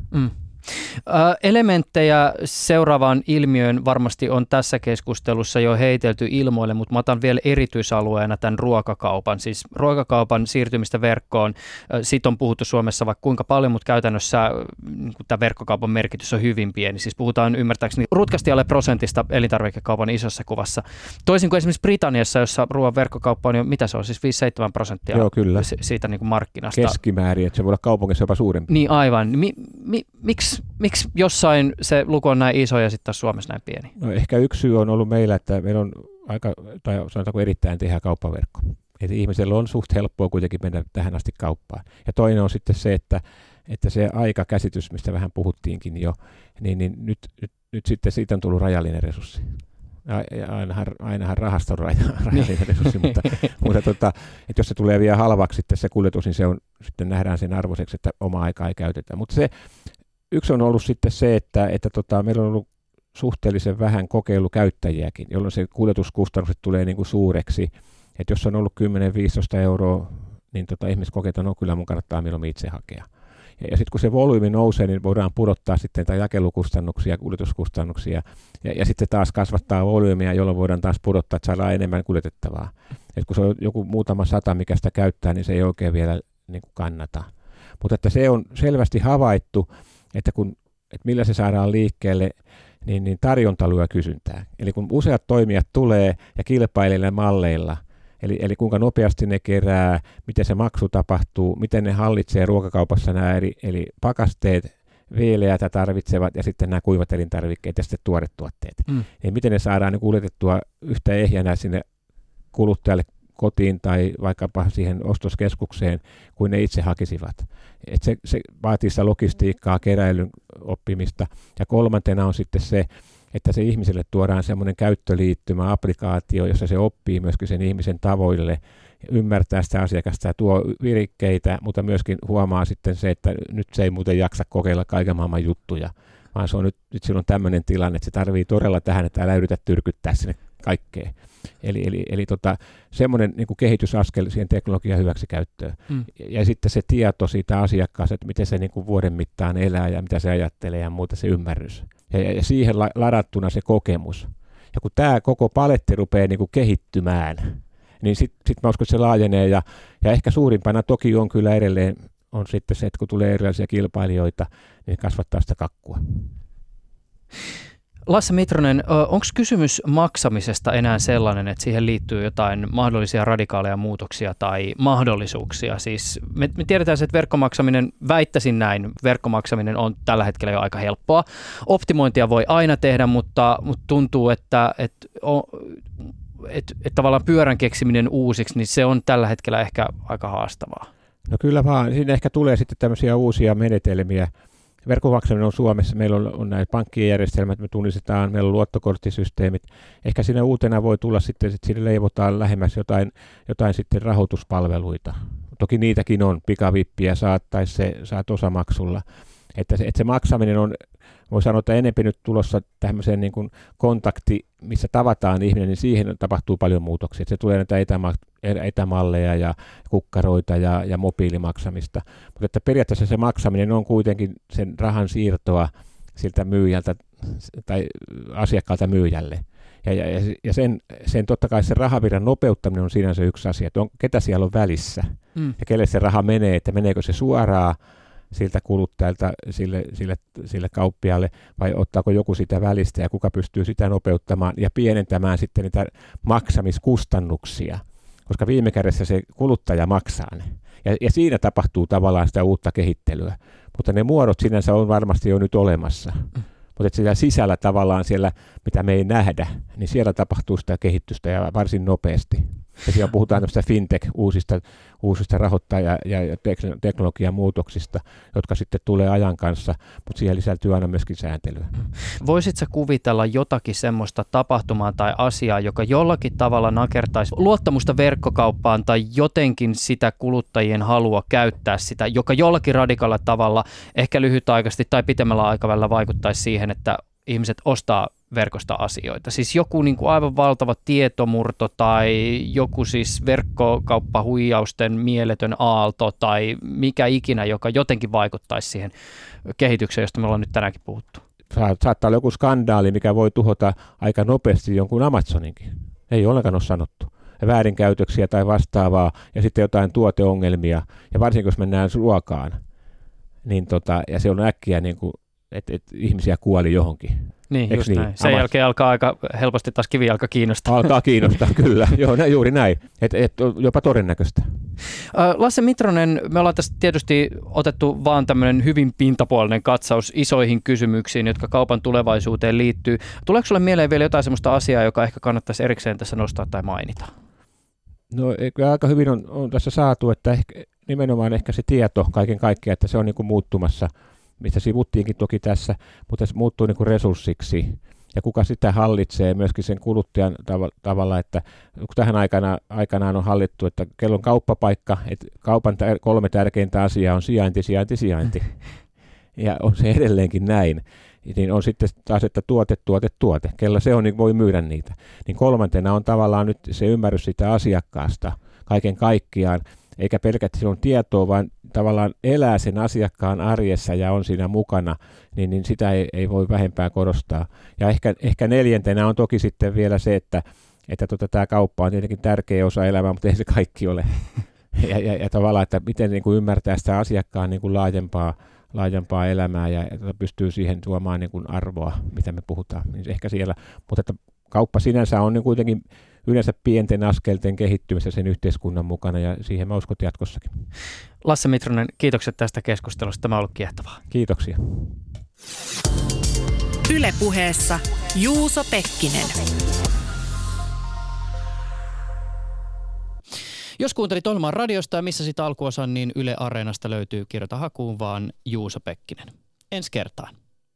Elementtejä seuraavaan ilmiöön varmasti on tässä keskustelussa jo heitelty ilmoille, mutta mä otan vielä erityisalueena tämän ruokakaupan. Siis ruokakaupan siirtymistä verkkoon, siitä on puhuttu Suomessa vaikka kuinka paljon, mutta käytännössä tämä verkkokaupan merkitys on hyvin pieni. Siis puhutaan ymmärtääkseni rutkasti alle prosentista elintarvikekaupan isossa kuvassa. Toisin kuin esimerkiksi Britanniassa, jossa ruoan verkkokauppa on jo, mitä se on, siis 5-7% Joo, kyllä. Siitä niin kuin markkinasta. Keskimäärin, että se voi olla kaupungissa jopa suurempi. Niin aivan. Miksi jossain se luku on näin iso ja sitten taas Suomessa näin pieni? No ehkä yksi syy on ollut meillä, että meillä on aika, tai sanotaanko erittäin tiheä kauppaverkko. Että ihmisellä on suht helppoa kuitenkin mennä tähän asti kauppaan. Ja toinen on sitten se, että se aikakäsitys, mistä vähän puhuttiinkin jo, niin nyt sitten siitä on tullut rajallinen resurssi. Ainahan rahasta on rajallinen resurssi, mutta että jos se tulee vielä halvaksi sitten se kuljetus, niin se on, sitten nähdään sen arvoiseksi, että oma aikaa ei käytetä. Mutta se yksi on ollut sitten se, että meillä on ollut suhteellisen vähän kokeilukäyttäjiäkin, jolloin se kuljetuskustannukset tulee niin kuin suureksi. Että jos on ollut 10-15 euroa, niin ihmiset kokee, että no kyllä mun kannattaa mieluummin itse hakea. Ja sitten kun se volyymi nousee, niin voidaan pudottaa sitten jakelukustannuksia, kuljetuskustannuksia, ja sitten taas kasvattaa volyymiä, jolloin voidaan taas pudottaa, että saadaan enemmän kuljetettavaa. Et kun se on joku muutama 100, mikä sitä käyttää, niin se ei oikein vielä niin kuin kannata. Mutta että se on selvästi havaittu, että millä se saadaan liikkeelle, niin tarjonta luo kysyntää. Eli kun useat toimijat tulee ja kilpailee malleilla, eli kuinka nopeasti ne kerää, miten se maksu tapahtuu, miten ne hallitsee ruokakaupassa nämä eli pakasteet, veeleätä tarvitsevat ja sitten nämä kuivat elintarvikkeet ja sitten tuoretuotteet. Niin miten ne saadaan niin kuljetettua yhtä ehjänä sinne kuluttajalle kotiin tai vaikkapa siihen ostoskeskukseen, kuin ne itse hakisivat. Et se vaatii sitä logistiikkaa, keräilyn oppimista. Ja kolmantena on sitten se, että se ihmiselle tuodaan semmoinen käyttöliittymä, applikaatio, jossa se oppii myöskin sen ihmisen tavoille, ymmärtää sitä asiakasta ja tuo virikkeitä, mutta myöskin huomaa sitten se, että nyt se ei muuten jaksa kokeilla kaiken maailman juttuja, vaan se on nyt silloin tämmöinen tilanne, että se tarvii todella tähän, että älä yritä tyrkyttää sinne kaikkea. Eli semmoinen niin kuin kehitysaskel siihen teknologian hyväksikäyttöön. Ja sitten se tieto siitä asiakkaasta, että miten se niin kuin vuoden mittaan elää ja mitä se ajattelee ja muuta se ymmärrys. Ja siihen ladattuna se kokemus. Ja kun tämä koko paletti rupeaa niin kuin kehittymään, niin sitten mä uskon, että se laajenee. Ja ehkä suurimpana toki on kyllä edelleen on sitten se, että kun tulee erilaisia kilpailijoita, niin kasvattaa sitä kakkua. Lasse Mitronen, onko kysymys maksamisesta enää sellainen, että siihen liittyy jotain mahdollisia radikaaleja muutoksia tai mahdollisuuksia? Siis me tiedetään, että verkkomaksaminen, väittäisin näin, verkkomaksaminen on tällä hetkellä jo aika helppoa. Optimointia voi aina tehdä, mutta tuntuu, että tavallaan pyörän keksiminen uusiksi, niin se on tällä hetkellä ehkä aika haastavaa. No kyllä vaan, siinä ehkä tulee sitten tämmöisiä uusia menetelmiä. Verkkomaksaminen on Suomessa, meillä on näitä pankkijärjestelmät, me tunnistetaan, meillä on luottokorttisysteemit. Ehkä siinä uutena voi tulla sitten, että sinne leivotaan lähemmäs jotain sitten rahoituspalveluita. Toki niitäkin on, pikavippiä saat osamaksulla. Että se maksaminen on, voi sanoa, että enemmän nyt tulossa tämmöiseen niin kuin kontakti, missä tavataan ihminen, niin siihen tapahtuu paljon muutoksia. Että se tulee näitä etämalleja ja kukkaroita ja mobiilimaksamista. Mutta että periaatteessa se maksaminen on kuitenkin sen rahan siirtoa siltä myyjältä tai asiakkaalta myyjälle. Ja sen totta kai sen rahavirran nopeuttaminen on siinä se yksi asia, että ketä siellä on välissä ja kelle se raha menee, että meneekö se suoraan siltä kuluttajalta sille kauppiaalle, vai ottaako joku sitä välistä ja kuka pystyy sitä nopeuttamaan ja pienentämään sitten niitä maksamiskustannuksia, koska viime kädessä se kuluttaja maksaa ne. Ja siinä tapahtuu tavallaan sitä uutta kehittelyä, mutta ne muodot sinänsä on varmasti jo nyt olemassa. Mutta siellä sisällä tavallaan siellä, mitä me ei nähdä, niin siellä tapahtuu sitä kehitystä ja varsin nopeasti. Ja siellä puhutaan tämmöistä fintech, uusista rahoittaja- ja teknologian muutoksista, jotka sitten tulee ajan kanssa, mutta siihen sisältyy aina myöskin sääntelyä. Voisitko kuvitella jotakin semmoista tapahtumaa tai asiaa, joka jollakin tavalla nakertaisi luottamusta verkkokauppaan tai jotenkin sitä kuluttajien halua käyttää sitä, joka jollakin radikaalilla tavalla ehkä lyhytaikaisesti tai pitemmällä aikavälillä vaikuttaisi siihen, että ihmiset ostaa verkosta asioita. Siis joku niin kuin aivan valtava tietomurto tai joku siis verkkokauppahuijausten mieletön aalto tai mikä ikinä, joka jotenkin vaikuttaisi siihen kehitykseen, josta me ollaan nyt tänäänkin puhuttu. Saattaa olla joku skandaali, mikä voi tuhota aika nopeasti jonkun Amazoninkin. Ei ollenkaan ole sanottu. Väärinkäytöksiä tai vastaavaa ja sitten jotain tuoteongelmia. Ja varsinkin jos mennään ruokaan, niin ja se on äkkiä niin kuin että ihmisiä kuoli johonkin. Niin, just niin? Näin. Sen jälkeen alkaa aika helposti taas kivijalka kiinnostaa. Alkaa kiinnostaa, kyllä. Joo, juuri näin. Jopa todennäköistä. Lasse Mitronen, me ollaan tässä tietysti otettu vaan tämmöinen hyvin pintapuolinen katsaus isoihin kysymyksiin, jotka kaupan tulevaisuuteen liittyy. Tuleeko sulle mieleen vielä jotain sellaista asiaa, joka ehkä kannattaisi erikseen tässä nostaa tai mainita? No aika hyvin on tässä saatu, että nimenomaan ehkä se tieto kaiken kaikkiaan, että se on niin kuin muuttumassa, mistä sivuttiinkin toki tässä, mutta se muuttuu niin kuin resurssiksi. Ja kuka sitä hallitsee myöskin sen kuluttajan tavalla, että tähän aikanaan on hallittu, että kellon kauppapaikka, että kaupan 3 tärkeintä asiaa on sijainti. Ja on se edelleenkin näin. Niin on sitten taas, että tuote. Kella se on, niin voi myydä niitä. Niin 3. on tavallaan nyt se ymmärrys sitä asiakkaasta kaiken kaikkiaan. Eikä pelkästään silloin tietoa, vaan tavallaan elää sen asiakkaan arjessa ja on siinä mukana, niin sitä ei voi vähempää korostaa. Ja ehkä 4. on toki sitten vielä se, että tämä kauppa on tietenkin tärkeä osa elämää, mutta ei se kaikki ole. Ja tavallaan, että miten niin kuin ymmärtää sitä asiakkaan niin kuin laajempaa elämää ja pystyy siihen tuomaan niin kuin arvoa, mitä me puhutaan. Niin ehkä siellä, mutta että kauppa sinänsä on niin kuitenkin yleensä pienten askelten kehittymistä sen yhteiskunnan mukana ja siihen mä uskon jatkossakin. Lasse Mitronen, kiitokset tästä keskustelusta. Tämä on ollut kiehtovaa. Kiitoksia. Yle Puheessa Juuso Pekkinen. Jos kuuntelit ohjelmaa radiosta ja missä sitä alkuosan, niin Yle Areenasta löytyy, kirjoita hakuun vaan Juuso Pekkinen. Ensi kertaan.